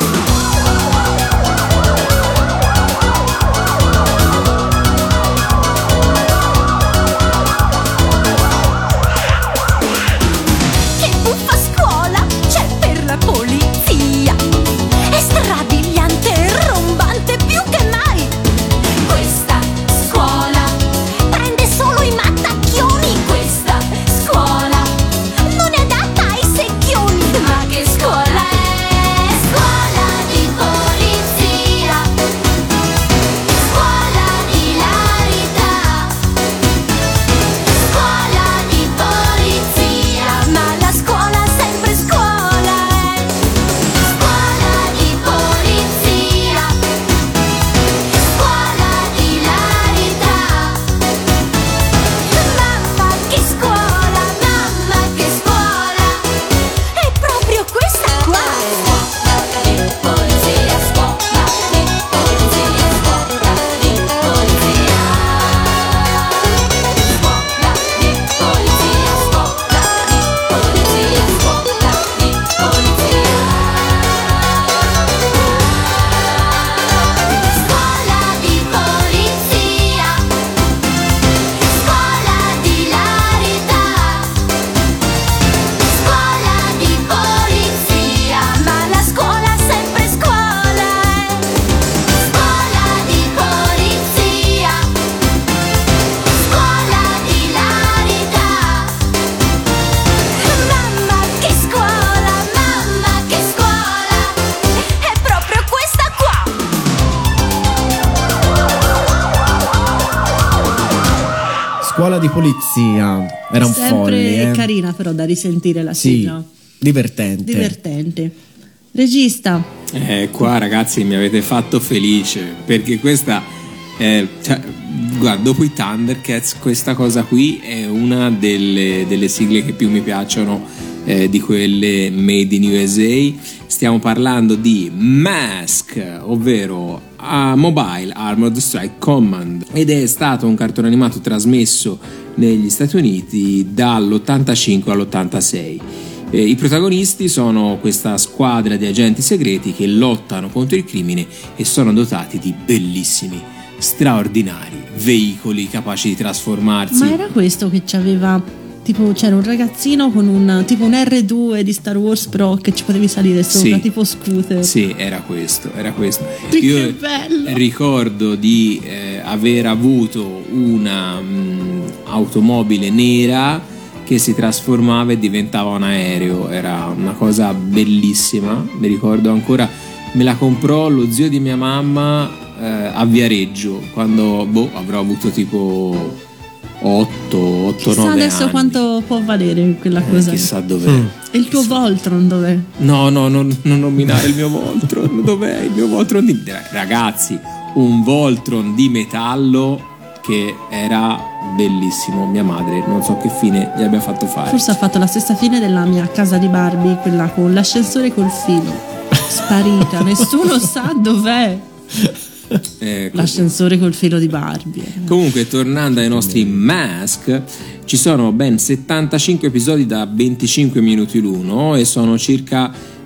Che buffa scuola c'è per la polizia, è strabiliante e rombante più che mai. Questa scuola prende solo i mattacchioni, questa scuola non è adatta ai secchioni. Ma che scuola è? Scuola di polizia, scuola di ilarità, scuola di polizia, ma la scuola sempre scuola è. Scuola di polizia, scuola di ilarità, mamma che scuola, è proprio questa qua. Scuola di polizia, scuola di polizia, scuola di polizia, scuola di polizia, scuola di polizia, scuola di polizia, scuola di polizia, scuola di ilarità, scuola di polizia, ma la scuola sempre scuola è. Scuola di polizia, scuola di ilarità, mamma che scuola, è proprio questa qua. Scuola di polizia. Era un Sempre folli, carina però da risentire la Sì, sigla. divertente. Regista. Qua ragazzi mi avete fatto felice, perché questa guarda, dopo i Thundercats questa cosa qui è una delle sigle che più mi piacciono, di quelle made in USA. Stiamo parlando di Mask, ovvero Mobile Armored Strike Command, ed è stato un cartone animato trasmesso negli Stati Uniti dall'85 all'86. I protagonisti sono questa squadra di agenti segreti che lottano contro il crimine e sono dotati di bellissimi, straordinari veicoli capaci di trasformarsi. Ma era questo che c'aveva, tipo c'era un ragazzino con un tipo un R2 di Star Wars Pro che ci potevi salire sopra, Sì. tipo scooter. Sì, era questo. Che Io bello! ricordo di aver avuto una automobile nera che si trasformava e diventava un aereo. Era una cosa bellissima, mi ricordo ancora. Me la comprò lo zio di mia mamma a Viareggio, quando avrò avuto tipo 8-9 Chissà adesso anni. Quanto può valere quella cosa. Chissà dov'è. E il tuo Voltron dov'è? No, non nominare il mio Voltron. Dov'è il mio Voltron? Ragazzi, un Voltron di metallo che era bellissimo. Mia madre non so che fine gli abbia fatto fare. Forse ha fatto la stessa fine della mia casa di Barbie, quella con l'ascensore col filo. Sparita, nessuno sa dov'è. L'ascensore col filo di Barbie. Comunque, tornando ai nostri Mask, ci sono ben 75 episodi da 25 minuti l'uno e sono circa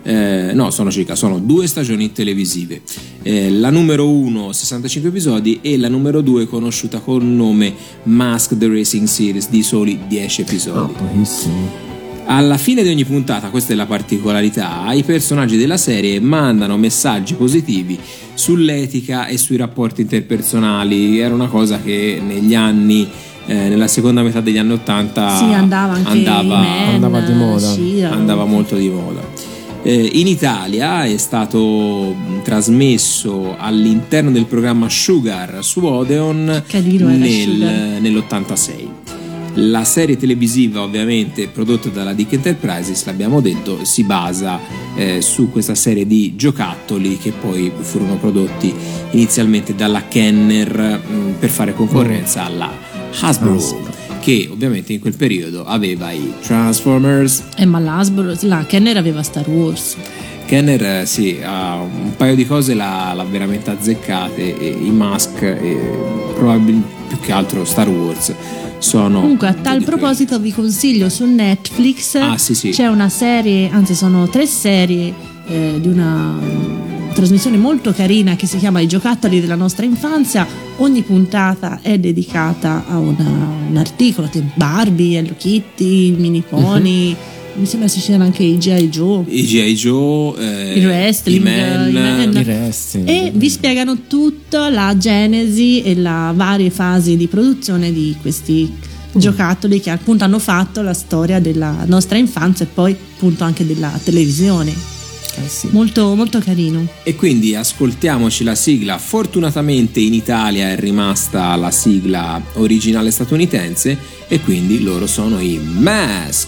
sono 2 stagioni televisive. La numero 1 65 episodi e la numero 2 conosciuta col nome Mask the Racing Series di soli 10 episodi. Alla fine di ogni puntata, questa è la particolarità, i personaggi della serie mandano messaggi positivi sull'etica e sui rapporti interpersonali. Era una cosa che negli anni nella seconda metà degli anni 80 andava di moda, andava molto di moda. In Italia è stato trasmesso all'interno del programma Sugar su Odeon nell'86. La serie televisiva, ovviamente prodotta dalla Dick Enterprises, l'abbiamo detto, si basa su questa serie di giocattoli che poi furono prodotti inizialmente dalla Kenner per fare concorrenza alla Hasbro, che ovviamente in quel periodo aveva i Transformers. Ma la Kenner aveva Star Wars. Kenner ha un paio di cose l'ha veramente azzeccate, e i Mask e probabilmente più che altro Star Wars sono. Comunque, a tal proposito vi consiglio su Netflix sì. C'è una serie, anzi sono 3 serie di una trasmissione molto carina che si chiama I giocattoli della nostra infanzia. Ogni puntata è dedicata a un articolo, Barbie, Hello Kitty, Mini Pony, mi sembra ci siano anche i G.I. Joe, il wrestling, e vi spiegano tutta la genesi e le varie fasi di produzione di questi giocattoli che appunto hanno fatto la storia della nostra infanzia e poi appunto anche della televisione. Molto molto carino. E quindi ascoltiamoci la sigla. Fortunatamente in Italia è rimasta la sigla originale statunitense e quindi loro sono i Mask.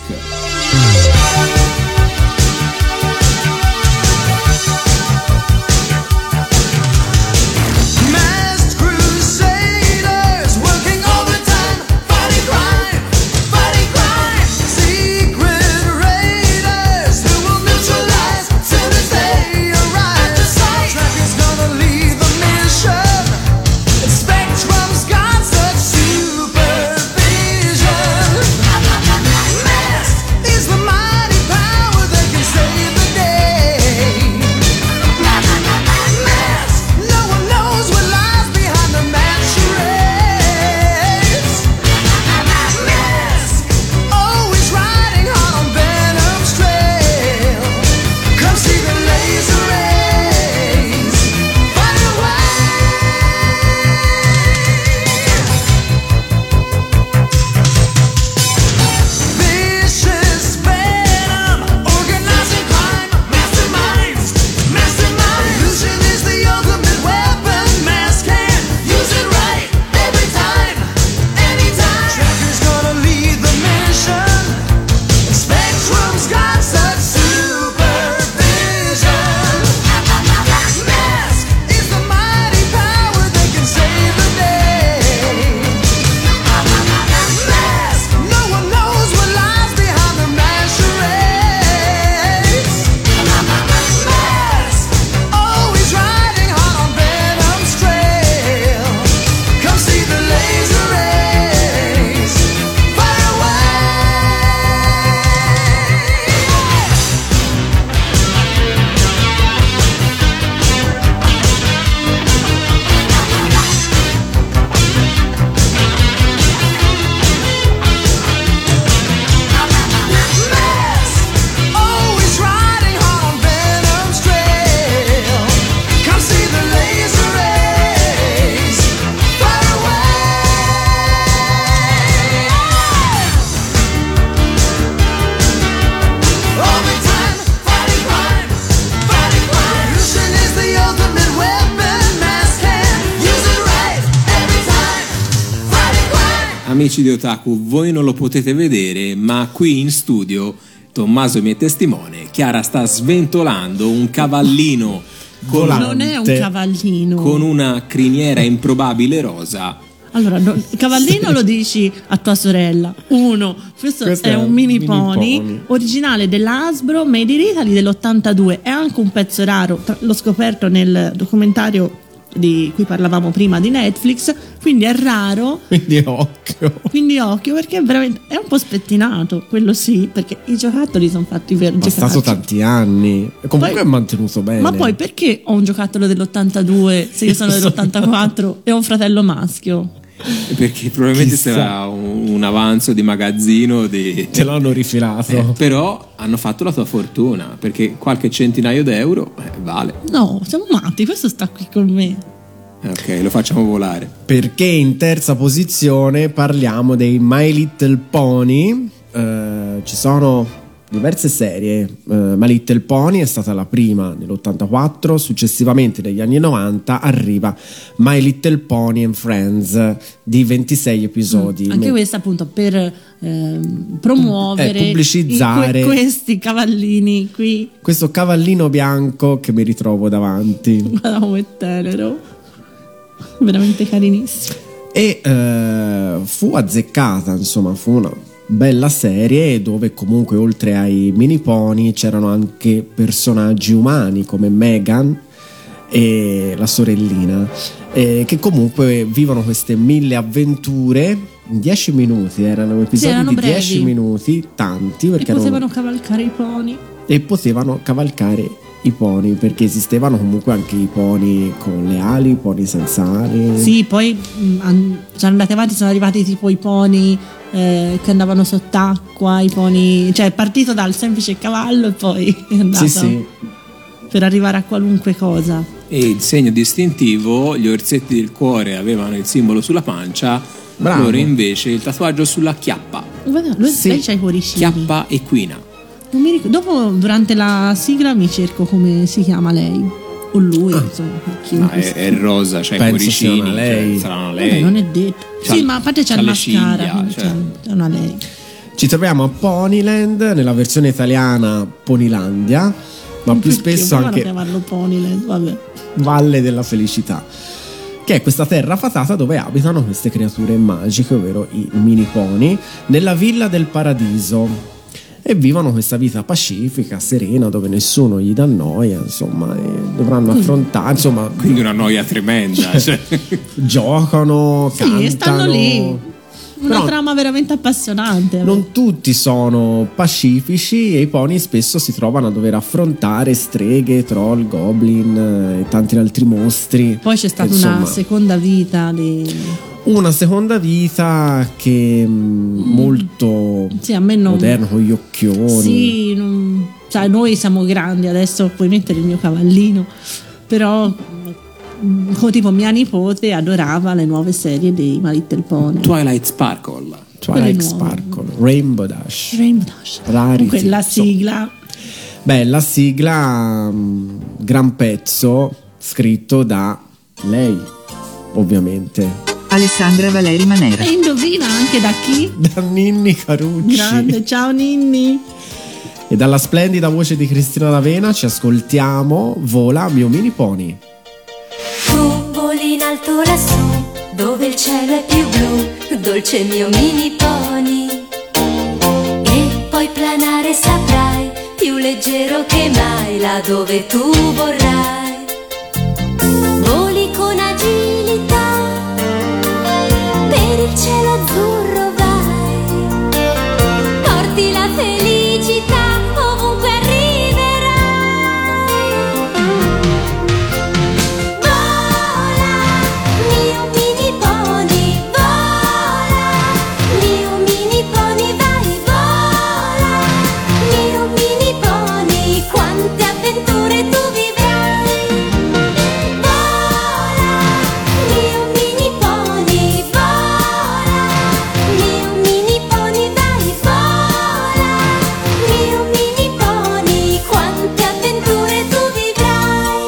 Amici di Otaku, voi non lo potete vedere, ma qui in studio Tommaso mi è testimone. Chiara sta sventolando un cavallino non è un cavallino con una criniera improbabile rosa. Allora, cavallino lo dici a tua sorella. Questo è un mini pony originale della Hasbro, made in Italy, dell'82. È anche un pezzo raro, l'ho scoperto nel documentario di cui parlavamo prima di Netflix, quindi è raro. Quindi occhio. Quindi occhio, perché è un po' spettinato, quello sì, perché i giocattoli sono fatti per È passato tanti anni. Comunque poi, è mantenuto bene. Ma poi perché ho un giocattolo dell'82 se io sono dell'84 e ho un fratello maschio? Perché probabilmente sarà un avanzo di magazzino te l'hanno rifilato. Però hanno fatto la tua fortuna, perché qualche centinaio d'euro vale. No, siamo matti, questo sta qui con me. Ok, lo facciamo volare. Perché in terza posizione parliamo dei My Little Pony. Ci sono diverse serie. My Little Pony è stata la prima nell'84, successivamente negli anni 90 arriva My Little Pony and Friends di 26 episodi. Anche questa appunto per promuovere pubblicizzare questi cavallini qui. Questo cavallino bianco che mi ritrovo davanti. Guarda come è tenero, veramente carinissimo. E fu azzeccata, insomma, fu una bella serie dove comunque oltre ai mini pony c'erano anche personaggi umani come Megan e la sorellina, che comunque vivono queste 1000 avventure in 10 minuti, erano episodi erano di brevi. 10 minuti, tanti, perché e potevano cavalcare i pony. E potevano cavalcare i pony, perché esistevano comunque anche i pony con le ali, i pony senza ali. Sì, poi sono andati avanti, sono arrivati tipo i pony che andavano sott'acqua, i pony, cioè è partito dal semplice cavallo e poi è andato sì. per arrivare a qualunque cosa. E il segno distintivo, gli orsetti del cuore avevano il simbolo sulla pancia, Bravo. loro invece il tatuaggio sulla chiappa. Guarda, lei c'ha i cuoricini. Chiappa equina. Non mi ricordo. Dopo durante la sigla mi cerco come si chiama lei o lui, insomma, chiunque È rosa, c'ha i Penso cuoricini, sia una lei. saranno Vabbè, lei. non è detto. Sì, ma a parte c'è il le mascara, ciglia, quindi cioè. c'è una lei. Ci troviamo a Ponyland, nella versione italiana Ponylandia, ma più spesso anche chiamarlo Ponyland, vabbè. Valle della Felicità, che è questa terra fatata dove abitano queste creature magiche, ovvero i mini pony, nella villa del paradiso, e vivono questa vita pacifica, serena, dove nessuno gli dà noia, insomma, e dovranno affrontare, insomma, Quindi una noia tremenda. Cioè. giocano, Sì, cantano. stanno lì. Una Però trama veramente appassionante. non tutti sono pacifici e i pony spesso si trovano a dover affrontare streghe, troll, goblin e tanti altri mostri. Poi c'è stata Insomma, una seconda vita una seconda vita che è molto sì, a me non moderna, con gli occhioni. Sì, sai, noi siamo grandi adesso, puoi mettere il mio cavallino, però tipo mia nipote adorava le nuove serie dei My Little Pony. Twilight Sparkle. Twilight Sparkle, Rainbow Dash, Rarity. Comunque la sigla. Bella sigla, gran pezzo scritto da lei, ovviamente. Alessandra Valeri Manera. E indovina anche da chi? Da Ninni Carucci. Grande, ciao Ninni. E dalla splendida voce di Cristina D'Avena ci ascoltiamo Vola mio mini pony. Tu voli in alto lassù, dove il cielo è più blu, dolce mio mini pony. E poi planare saprai, più leggero che mai, là dove tu vorrai. Voli con agilità, per il cielo azzurro vai, porti la felicità ovunque arriverai. Vola, mio mini pony, vola, mio mini pony, vai, vola, mio mini pony, quante avventure tu vivrai. Vola, mio mini pony, vola, mio mini pony, vai, vola, mio mini pony, quante avventure tu vivrai.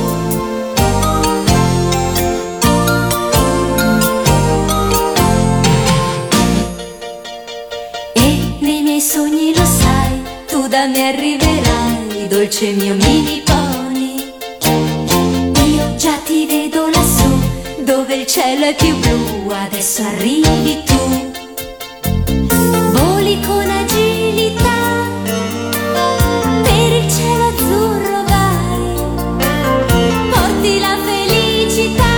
E nei miei sogni lo sai, tu da me arriverai, dolce mio mini pony. Io già ti vedo lassù, dove il cielo è più blu, adesso arrivi tu. Voli con agilità, per il cielo azzurro vai, porti la felicità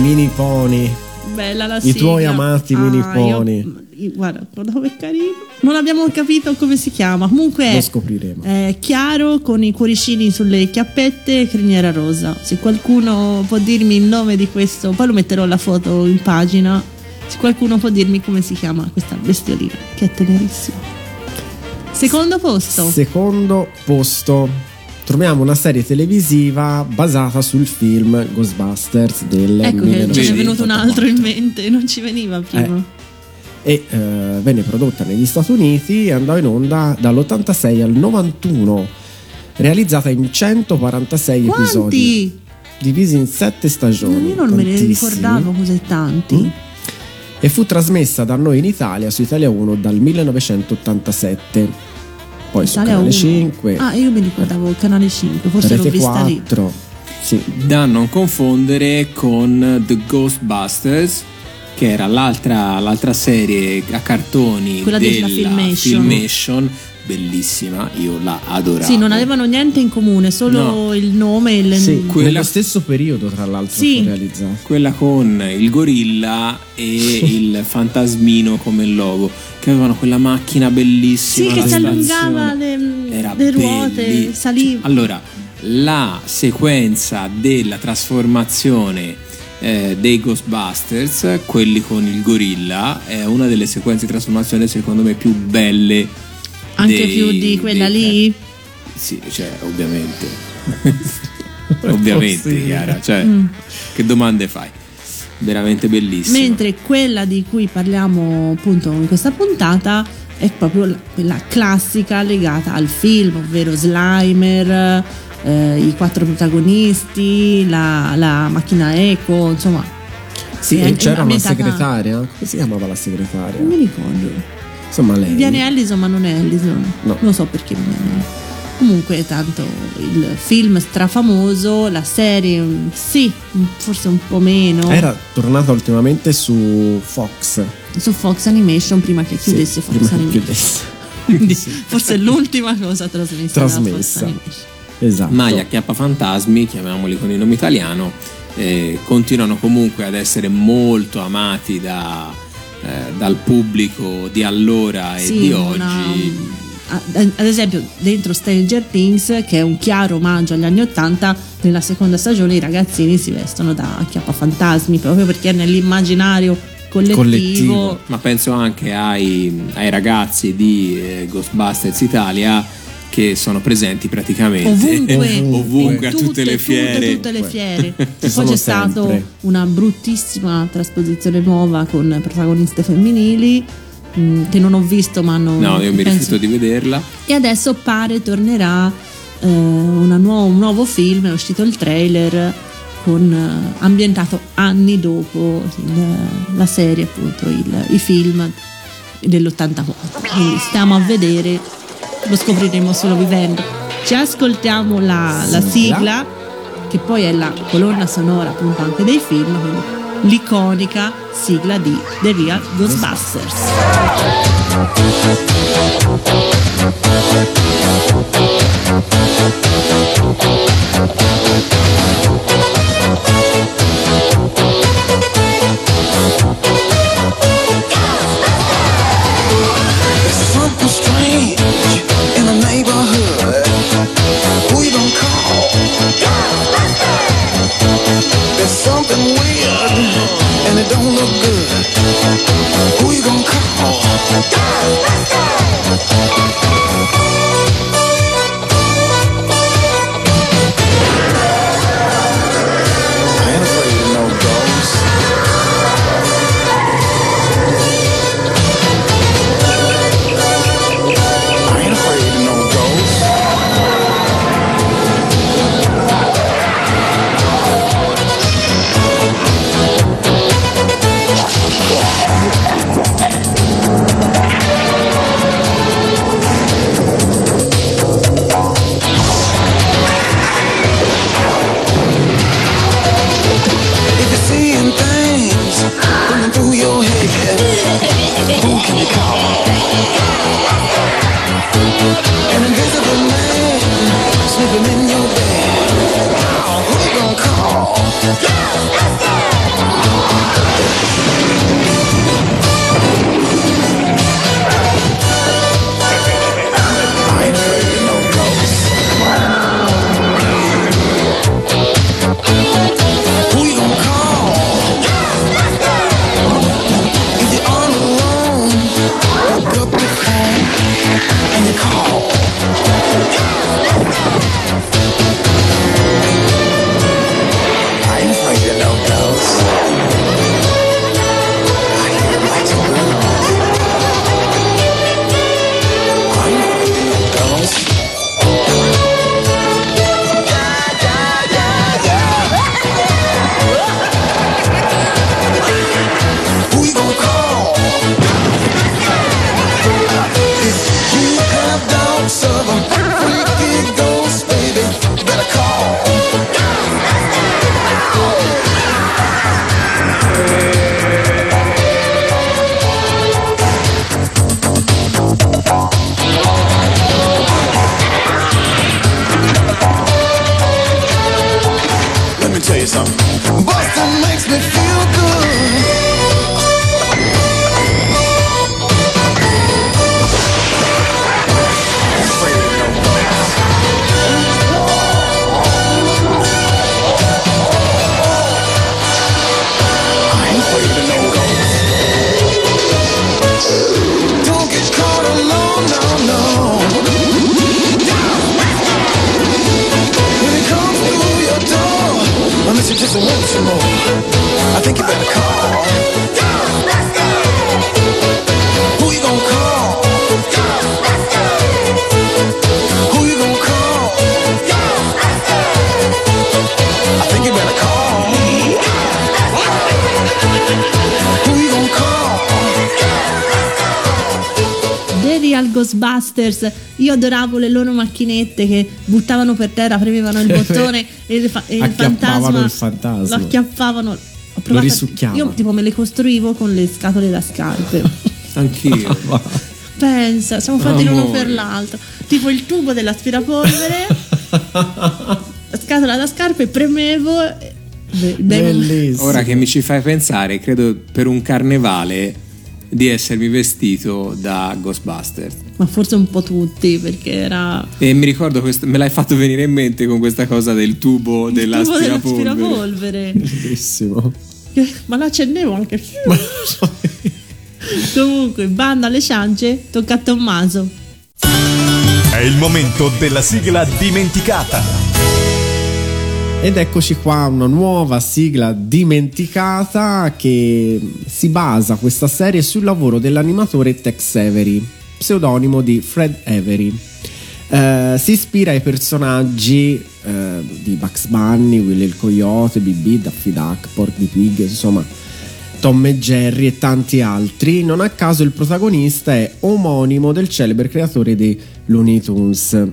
mini pony. Bella la I tuoi sigla. amati mini pony. Guarda che carino. Non abbiamo capito come si chiama. Comunque lo scopriremo. È chiaro, con i cuoricini sulle chiappette e criniera rosa. Se qualcuno può dirmi il nome di questo, poi lo metterò la foto in pagina. Se qualcuno può dirmi come si chiama questa bestiolina, che è tenerissima. Secondo posto troviamo una serie televisiva basata sul film Ghostbusters del ecco 1984. che ce n'è venuto un altro in mente, non ci veniva prima. Venne prodotta negli Stati Uniti e andò in onda dall'86 al 91, realizzata in 146 Quanti? episodi divisi in 7 stagioni. Io non me ne ricordavo così tanti. E fu trasmessa da noi in Italia su Italia 1 dal 1987, poi su Canale 5. Io mi ricordavo il Canale 5, forse l'ho vista 4, lì. sì. Da non confondere con The Ghostbusters, che era l'altra serie a cartoni, quella della Filmation, bellissima, io la adoravo. Sì, non avevano niente in comune, solo il nome e sì, nello stesso periodo tra l'altro fu realizzata. Quella con il gorilla e il fantasmino come logo, che avevano quella macchina bellissima, che si allungava le ruote, saliva. Allora, la sequenza della trasformazione dei Ghostbusters, quelli con il gorilla, è una delle sequenze di trasformazione secondo me più belle, anche più di quella lì. Sì, cioè ovviamente Chiara, cioè che domande fai? Veramente bellissima. Mentre quella di cui parliamo appunto in questa puntata è proprio quella classica legata al film, ovvero Slimer, i 4 protagonisti, la macchina eco, insomma. Sì, e c'era una segretaria. Come si chiamava la segretaria? Non mi ricordo. Insomma, lei viene Allison, ma non è Allison. No. Non so perché non è. Comunque, tanto il film strafamoso, la serie sì, forse un po' meno. Era tornata ultimamente su Fox. Su Fox Animation prima che chiudesse Fox Animation. Quindi forse è l'ultima cosa trasmessa. Da Fox Animation. Esatto. Ma gli acchiappafantasmi, chiamiamoli con il nome italiano, continuano comunque ad essere molto amati dal pubblico di allora e di oggi. Ad esempio dentro Stranger Things, che è un chiaro omaggio agli anni '80, nella seconda stagione i ragazzini si vestono da acchiappafantasmi proprio perché è nell'immaginario collettivo. Ma penso anche ai ragazzi di Ghostbusters Italia, che sono presenti praticamente ovunque a tutte le fiere. Poi c'è stata una bruttissima trasposizione nuova con protagoniste femminili che non ho visto, ma io mi rifiuto di vederla. E adesso pare tornerà un nuovo film, è uscito il trailer ambientato anni dopo la serie, appunto i film dell'84. Quindi stiamo a vedere, lo scopriremo solo vivendo. Ci ascoltiamo la sigla, che poi è la colonna sonora appunto anche dei film, quindi l'iconica sigla di The Real Ghostbusters. There's something strange in the neighborhood. Who you gonna call? There's something weird and it don't look good. Who you gonna call? I ain't afraid of no ghosts. I ain't afraid of no ghosts. something. Boston makes me feel good. Don't get caught alone, no. When it comes through your door, I miss you just once more. I think you better call. Who you gonna call? Who you gonna call? I think you better call. Who you gonna call? The Real Ghostbusters, io adoravo le loro macchinette che buttavano per terra, premevano il bottone e il acchiappavano il fantasma fantasma, lo acchiappavano, lo risucchiavano. Io tipo me le costruivo con le scatole da scarpe. Anch'io. Pensa, siamo fatti l'uno Amore. per l'altro, tipo il tubo dell'aspirapolvere, la scatola da scarpe, premevo Bellissimo. Ora che mi ci fai pensare, credo per un carnevale di essermi vestito da Ghostbusters. ma forse un po' tutti, perché era E mi ricordo questo, me l'hai fatto venire in mente con questa cosa del tubo dell'aspirapolvere. dell'aspirapolvere. Bellissimo. Ma lo accendevo anche. Comunque, bando alle ciance, tocca a Tommaso. È il momento della sigla dimenticata. Ed eccoci qua, una nuova sigla dimenticata che si basa, questa serie, sul lavoro dell'animatore Tex Avery, pseudonimo di Fred Avery. Si ispira ai personaggi di Bugs Bunny, Willy il Coyote, BB, Daffy Duck, Porky Pig, insomma Tom e Jerry e tanti altri. Non a caso il protagonista è omonimo del celebre creatore dei Looney Tunes.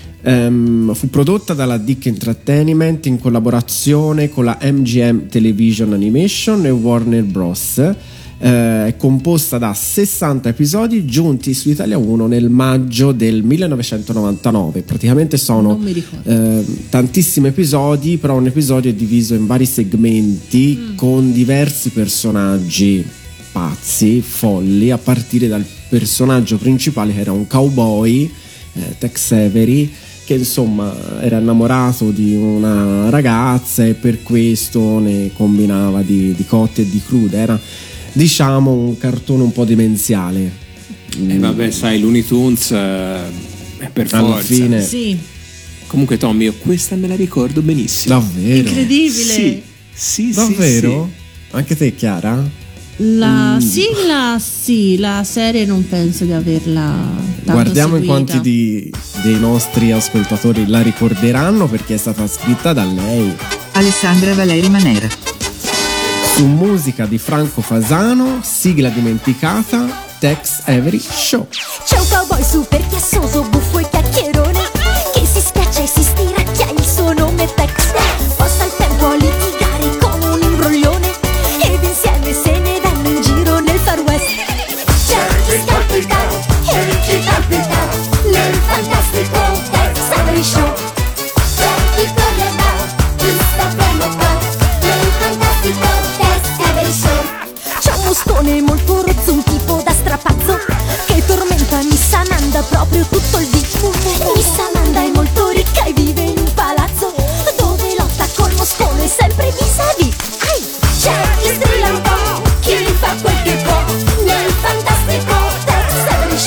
Fu prodotta dalla Dick Entertainment in collaborazione con la MGM Television Animation e Warner Bros. È composta da 60 episodi giunti su Italia 1 nel maggio del 1999. Praticamente sono Non mi ricordo. tantissimi episodi, però un episodio è diviso in vari segmenti con diversi personaggi pazzi, folli, a partire dal personaggio principale che era un cowboy, Tex Avery, che insomma era innamorato di una ragazza e per questo ne combinava di cotte e di crude. Era, diciamo, un cartone un po' demenziale. E vabbè, sai, Looney Tunes per Alla forza. fine. Sì, Comunque Tommy, io questa me la ricordo benissimo. Davvero? incredibile. Sì, Davvero? Anche te, Chiara? La sigla, sì, la serie non penso di averla tanto Guardiamo in seguita. quanti dei nostri ascoltatori la ricorderanno, perché è stata scritta da lei. Alessandra Valeri Manera. Su musica di Franco Fasano, sigla dimenticata, Tex Avery Show. C'è un cowboy super chiassoso, buffo e chiacchierone, che si schiaccia e si stiracchia, il suo nome è Tex. Passa il tempo a litigare con un imbroglione ed insieme se ne vanno in giro nel Far West. C'è chi scalpita e chi palpita nel fantastico Tex Avery Show. C'è chi corre va, chi sta fermo qua nel fantastico Tex Avery Show. C'è un moscone molto rozzo, un tipo da strapazzo, che tormenta Nissananda proprio tutto il dì. Nissananda è molto ricca e vive in un palazzo dove lotta col moscone sempre vis-à-vis. Ai! C'è chi strilla un po', chi fa quel che può nel fantastico Tex Avery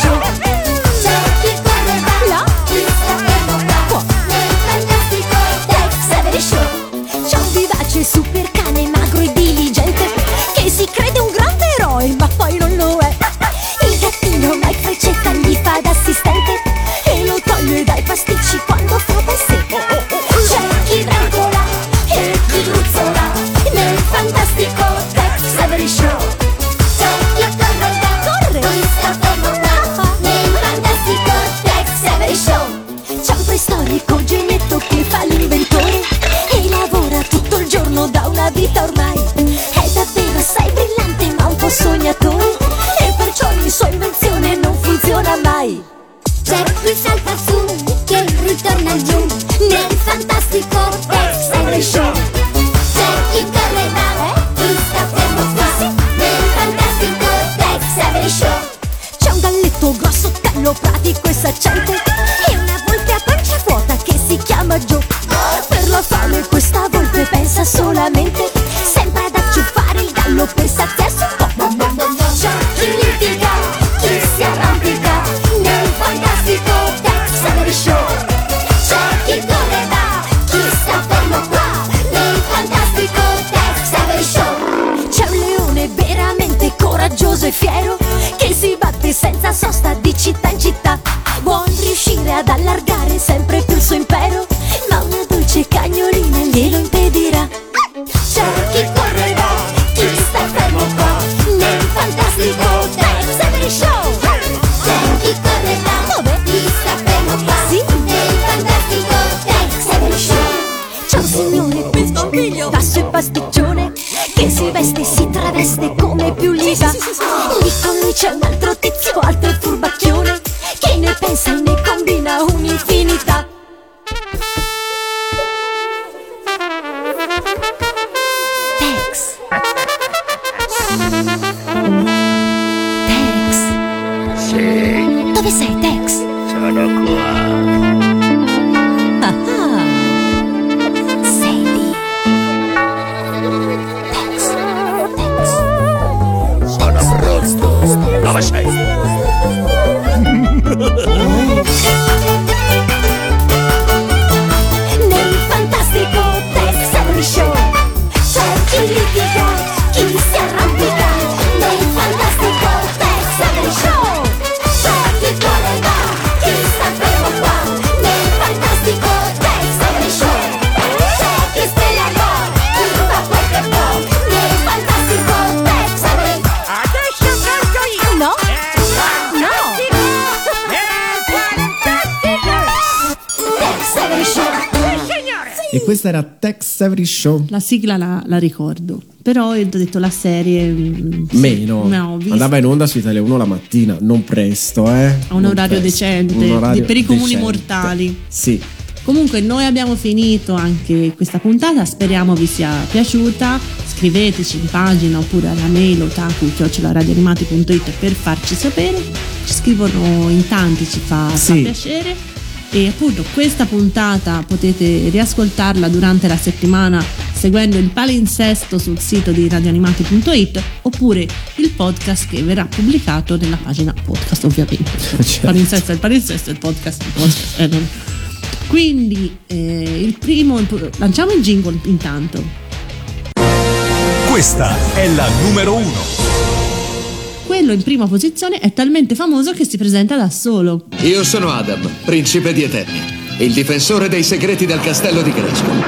bello, pratico e saccente, e una volpe a pancia vuota che si chiama Joe. Per la fame questa volpe pensa solamente, sempre ad acciuffare il gallo per saziarsi un po'. C'è chi litiga, chi si arrampica nel fantastico Tex Avery Show. C'è chi corre va, chi sta fermo qua nel fantastico Tex Avery Show. C'è un leone veramente coraggioso e fiero che si batte senza sosta di città in città. Vuol riuscire ad allargare sempre più il suo impero, ma una dolce cagnolina glielo impedirà. C'è chi corre va, chi sta fermo qua nel fantastico Tex Avery Show. C'è chi corre va, chi sta fermo qua nel fantastico Tex Avery Show. C'è un signore qui scompiglio, basso e pasticcione, che si veste e si traveste come più liga. Lì con lui c'è un altro tizio alto e furbacchione, che ne pensa e ne combina un'infinità. Tex. Tex. Sì. Dove sei, Tex? Sono qua. Ah, sei lì. Tex. Tex. Sono pronto. Dove sei? Nel fantastico Tex Avery Show. C'è chi litiga, chi si arrampica nel fantastico Tex Avery Show. C'è chi corre va, chi sta fermo qua nel fantastico Tex Avery Show. C'è chi stella va, chi fa quel che può nel fantastico Tex Avery Show. Adesso canto io. No? No! Tex Avery Show. E questa era Tex Avery Show. La sigla la ricordo, però ho detto la serie Meno. no, ho visto. Andava in onda su Italia 1 la mattina, non presto, a un orario decente, per i comuni mortali. Sì. Comunque noi abbiamo finito anche questa puntata, speriamo vi sia piaciuta. Scriveteci in pagina oppure alla mail otaku@radioanimati.it per farci sapere. Ci scrivono in tanti, ci fa piacere. E appunto questa puntata potete riascoltarla durante la settimana seguendo il palinsesto sul sito di radioanimati.it oppure il podcast che verrà pubblicato nella pagina podcast, ovviamente. Certo. Palinsesto è il palinsesto, il podcast è il podcast. Quindi il primo, lanciamo il jingle intanto. Questa è la numero 1. Quello in prima posizione è talmente famoso che si presenta da solo. Io sono Adam, principe di Eternia, il difensore dei segreti del castello di Grayskull.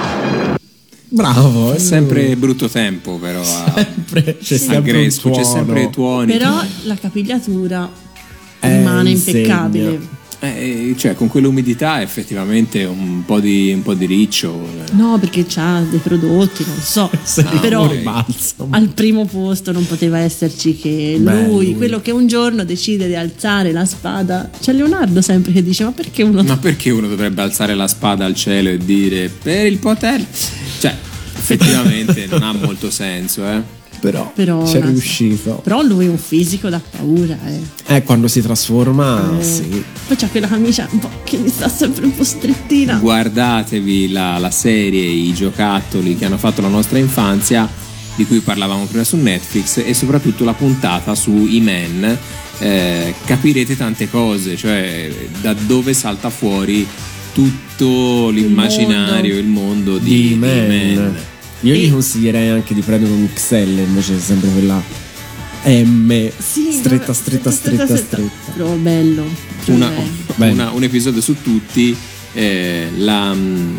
Bravo. È sempre brutto tempo, però. Sempre, c'è a sempre Grayskull c'è sempre i tuoni. Però la capigliatura rimane impeccabile. Cioè, con quell'umidità effettivamente un po' di riccio. No, perché c'ha dei prodotti, non so. Però al primo posto non poteva esserci che lui, quello che un giorno decide di alzare la spada. C'è Leonardo sempre che dice: ma perché uno dovrebbe alzare la spada al cielo e dire per il potere? Cioè, effettivamente non ha molto senso, Però c'è riuscito. Però lui è un fisico da paura, quando si trasforma, sì. Poi c'ha quella camicia un po' che mi sta sempre un po' strettina. Guardatevi la serie, i giocattoli che hanno fatto la nostra infanzia, di cui parlavamo prima su Netflix, e soprattutto la puntata su He-Man. Capirete tante cose, cioè da dove salta fuori tutto l'immaginario, il mondo di He-Man. Io gli consiglierei anche di prendere un XL invece sempre quella M, stretta. Però bello. Un episodio su tutti, la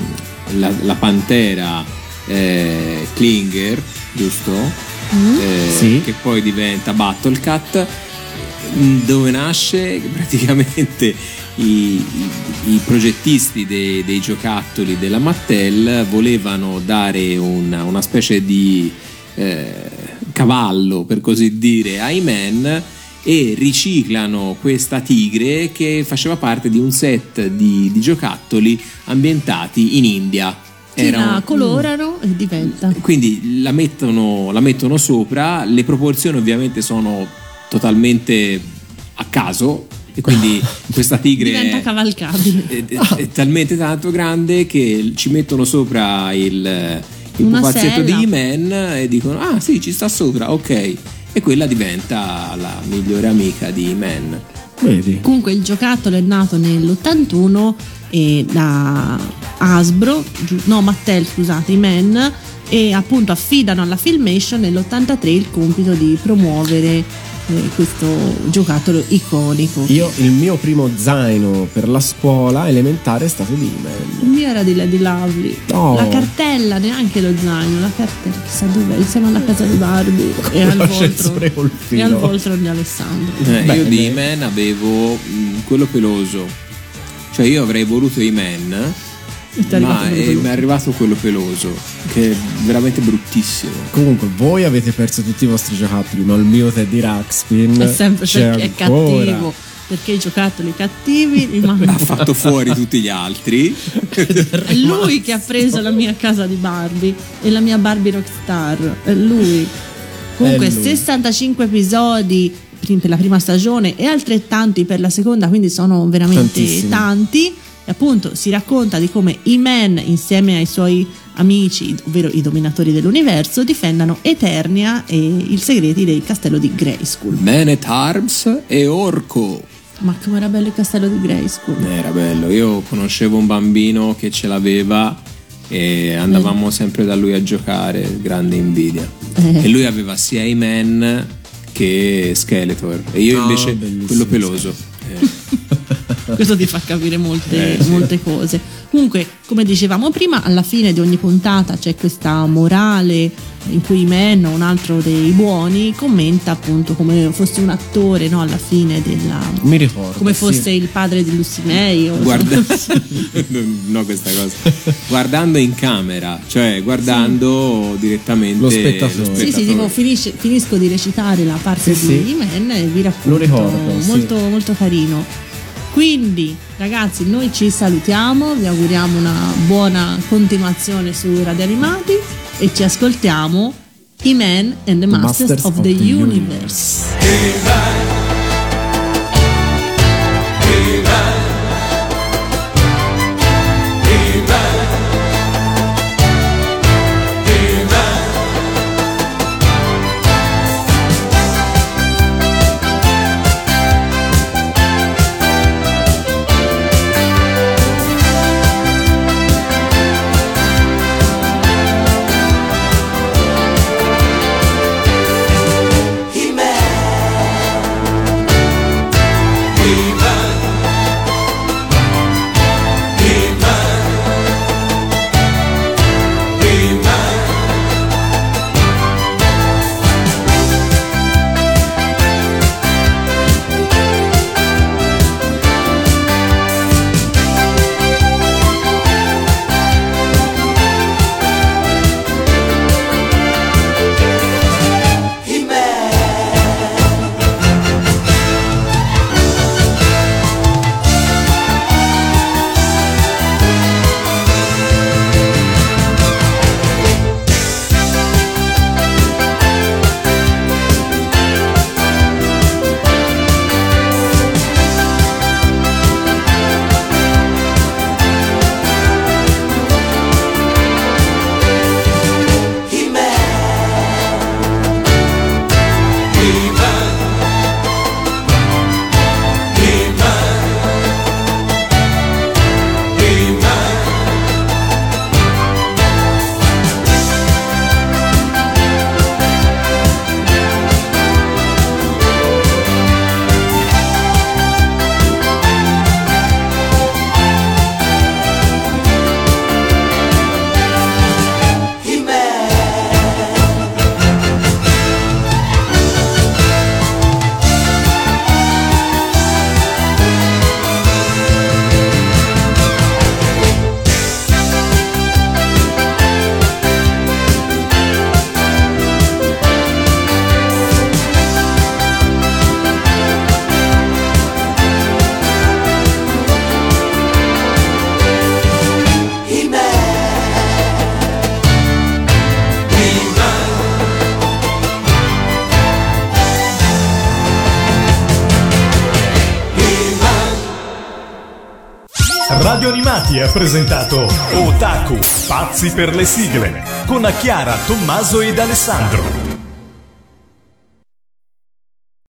pantera Klinger, giusto? Che poi diventa Battlecat, dove nasce praticamente i progettisti dei giocattoli della Mattel volevano dare una specie di cavallo, per così dire, a He-Man, e riciclano questa tigre che faceva parte di un set di giocattoli ambientati in India. La colorano e diventa. Quindi la mettono sopra, le proporzioni ovviamente sono totalmente a caso, e quindi questa tigre diventa cavalcabile. È talmente tanto grande che ci mettono sopra il pupazzetto di He-Man e dicono ah sì, ci sta sopra, ok, e quella diventa la migliore amica di He-Man. Vedi? Comunque il giocattolo è nato nell'81 e da Mattel, scusate, He-Man, e appunto affidano alla Filmation nell'83 il compito di promuovere questo giocattolo iconico. Il mio primo zaino per la scuola elementare è stato di He-Man. Il mio era di Lady Lovely. Oh. La cartella, neanche lo zaino, la cartella, chissà dov'è, insieme alla casa di Barbie e al Voltron di Alessandro. Io di He-Man avevo quello peloso, cioè io avrei voluto He-Man, ma mi è arrivato quello peloso, che è veramente bruttissimo. Comunque voi avete perso tutti i vostri giocattoli, ma il mio Teddy Ruxpin è sempre c'è perché ancora. È cattivo, perché i giocattoli cattivi rimangono. Ha fatto fuori tutti gli altri. È lui che ha preso la mia casa di Barbie e la mia Barbie Rockstar, è lui. Comunque 65 episodi per la prima stagione e altrettanti per la seconda, quindi sono veramente tantissimi. tanti. E appunto si racconta di come He-Man insieme ai suoi amici, ovvero i dominatori dell'universo, difendano Eternia e i segreti del castello di Grayskull. Man at Arms e Orco. Ma come era bello il castello di Grayskull. Era bello, io conoscevo un bambino che ce l'aveva e andavamo sempre da lui a giocare, grande invidia. E lui aveva sia He-Man che Skeletor e io invece quello peloso. Questo ti fa capire molte cose. Comunque, come dicevamo prima, alla fine di ogni puntata c'è questa morale in cui He-Man, un altro dei buoni, commenta appunto come fosse un attore, no? Alla fine della. Mi ricordo. Come fosse il padre di Lucy May. No, questa cosa. Guardando in camera, cioè guardando direttamente lo spettatore. Sì, tipo finisco di recitare la parte di He-Man e vi racconto. Lo ricordo, molto carino. Quindi ragazzi, noi ci salutiamo, vi auguriamo una buona continuazione su Radio Animati e ci ascoltiamo He-Man and the Masters of the Universe. Radio Animati ha presentato Otaku, pazzi per le sigle, con Chiara, Tommaso ed Alessandro.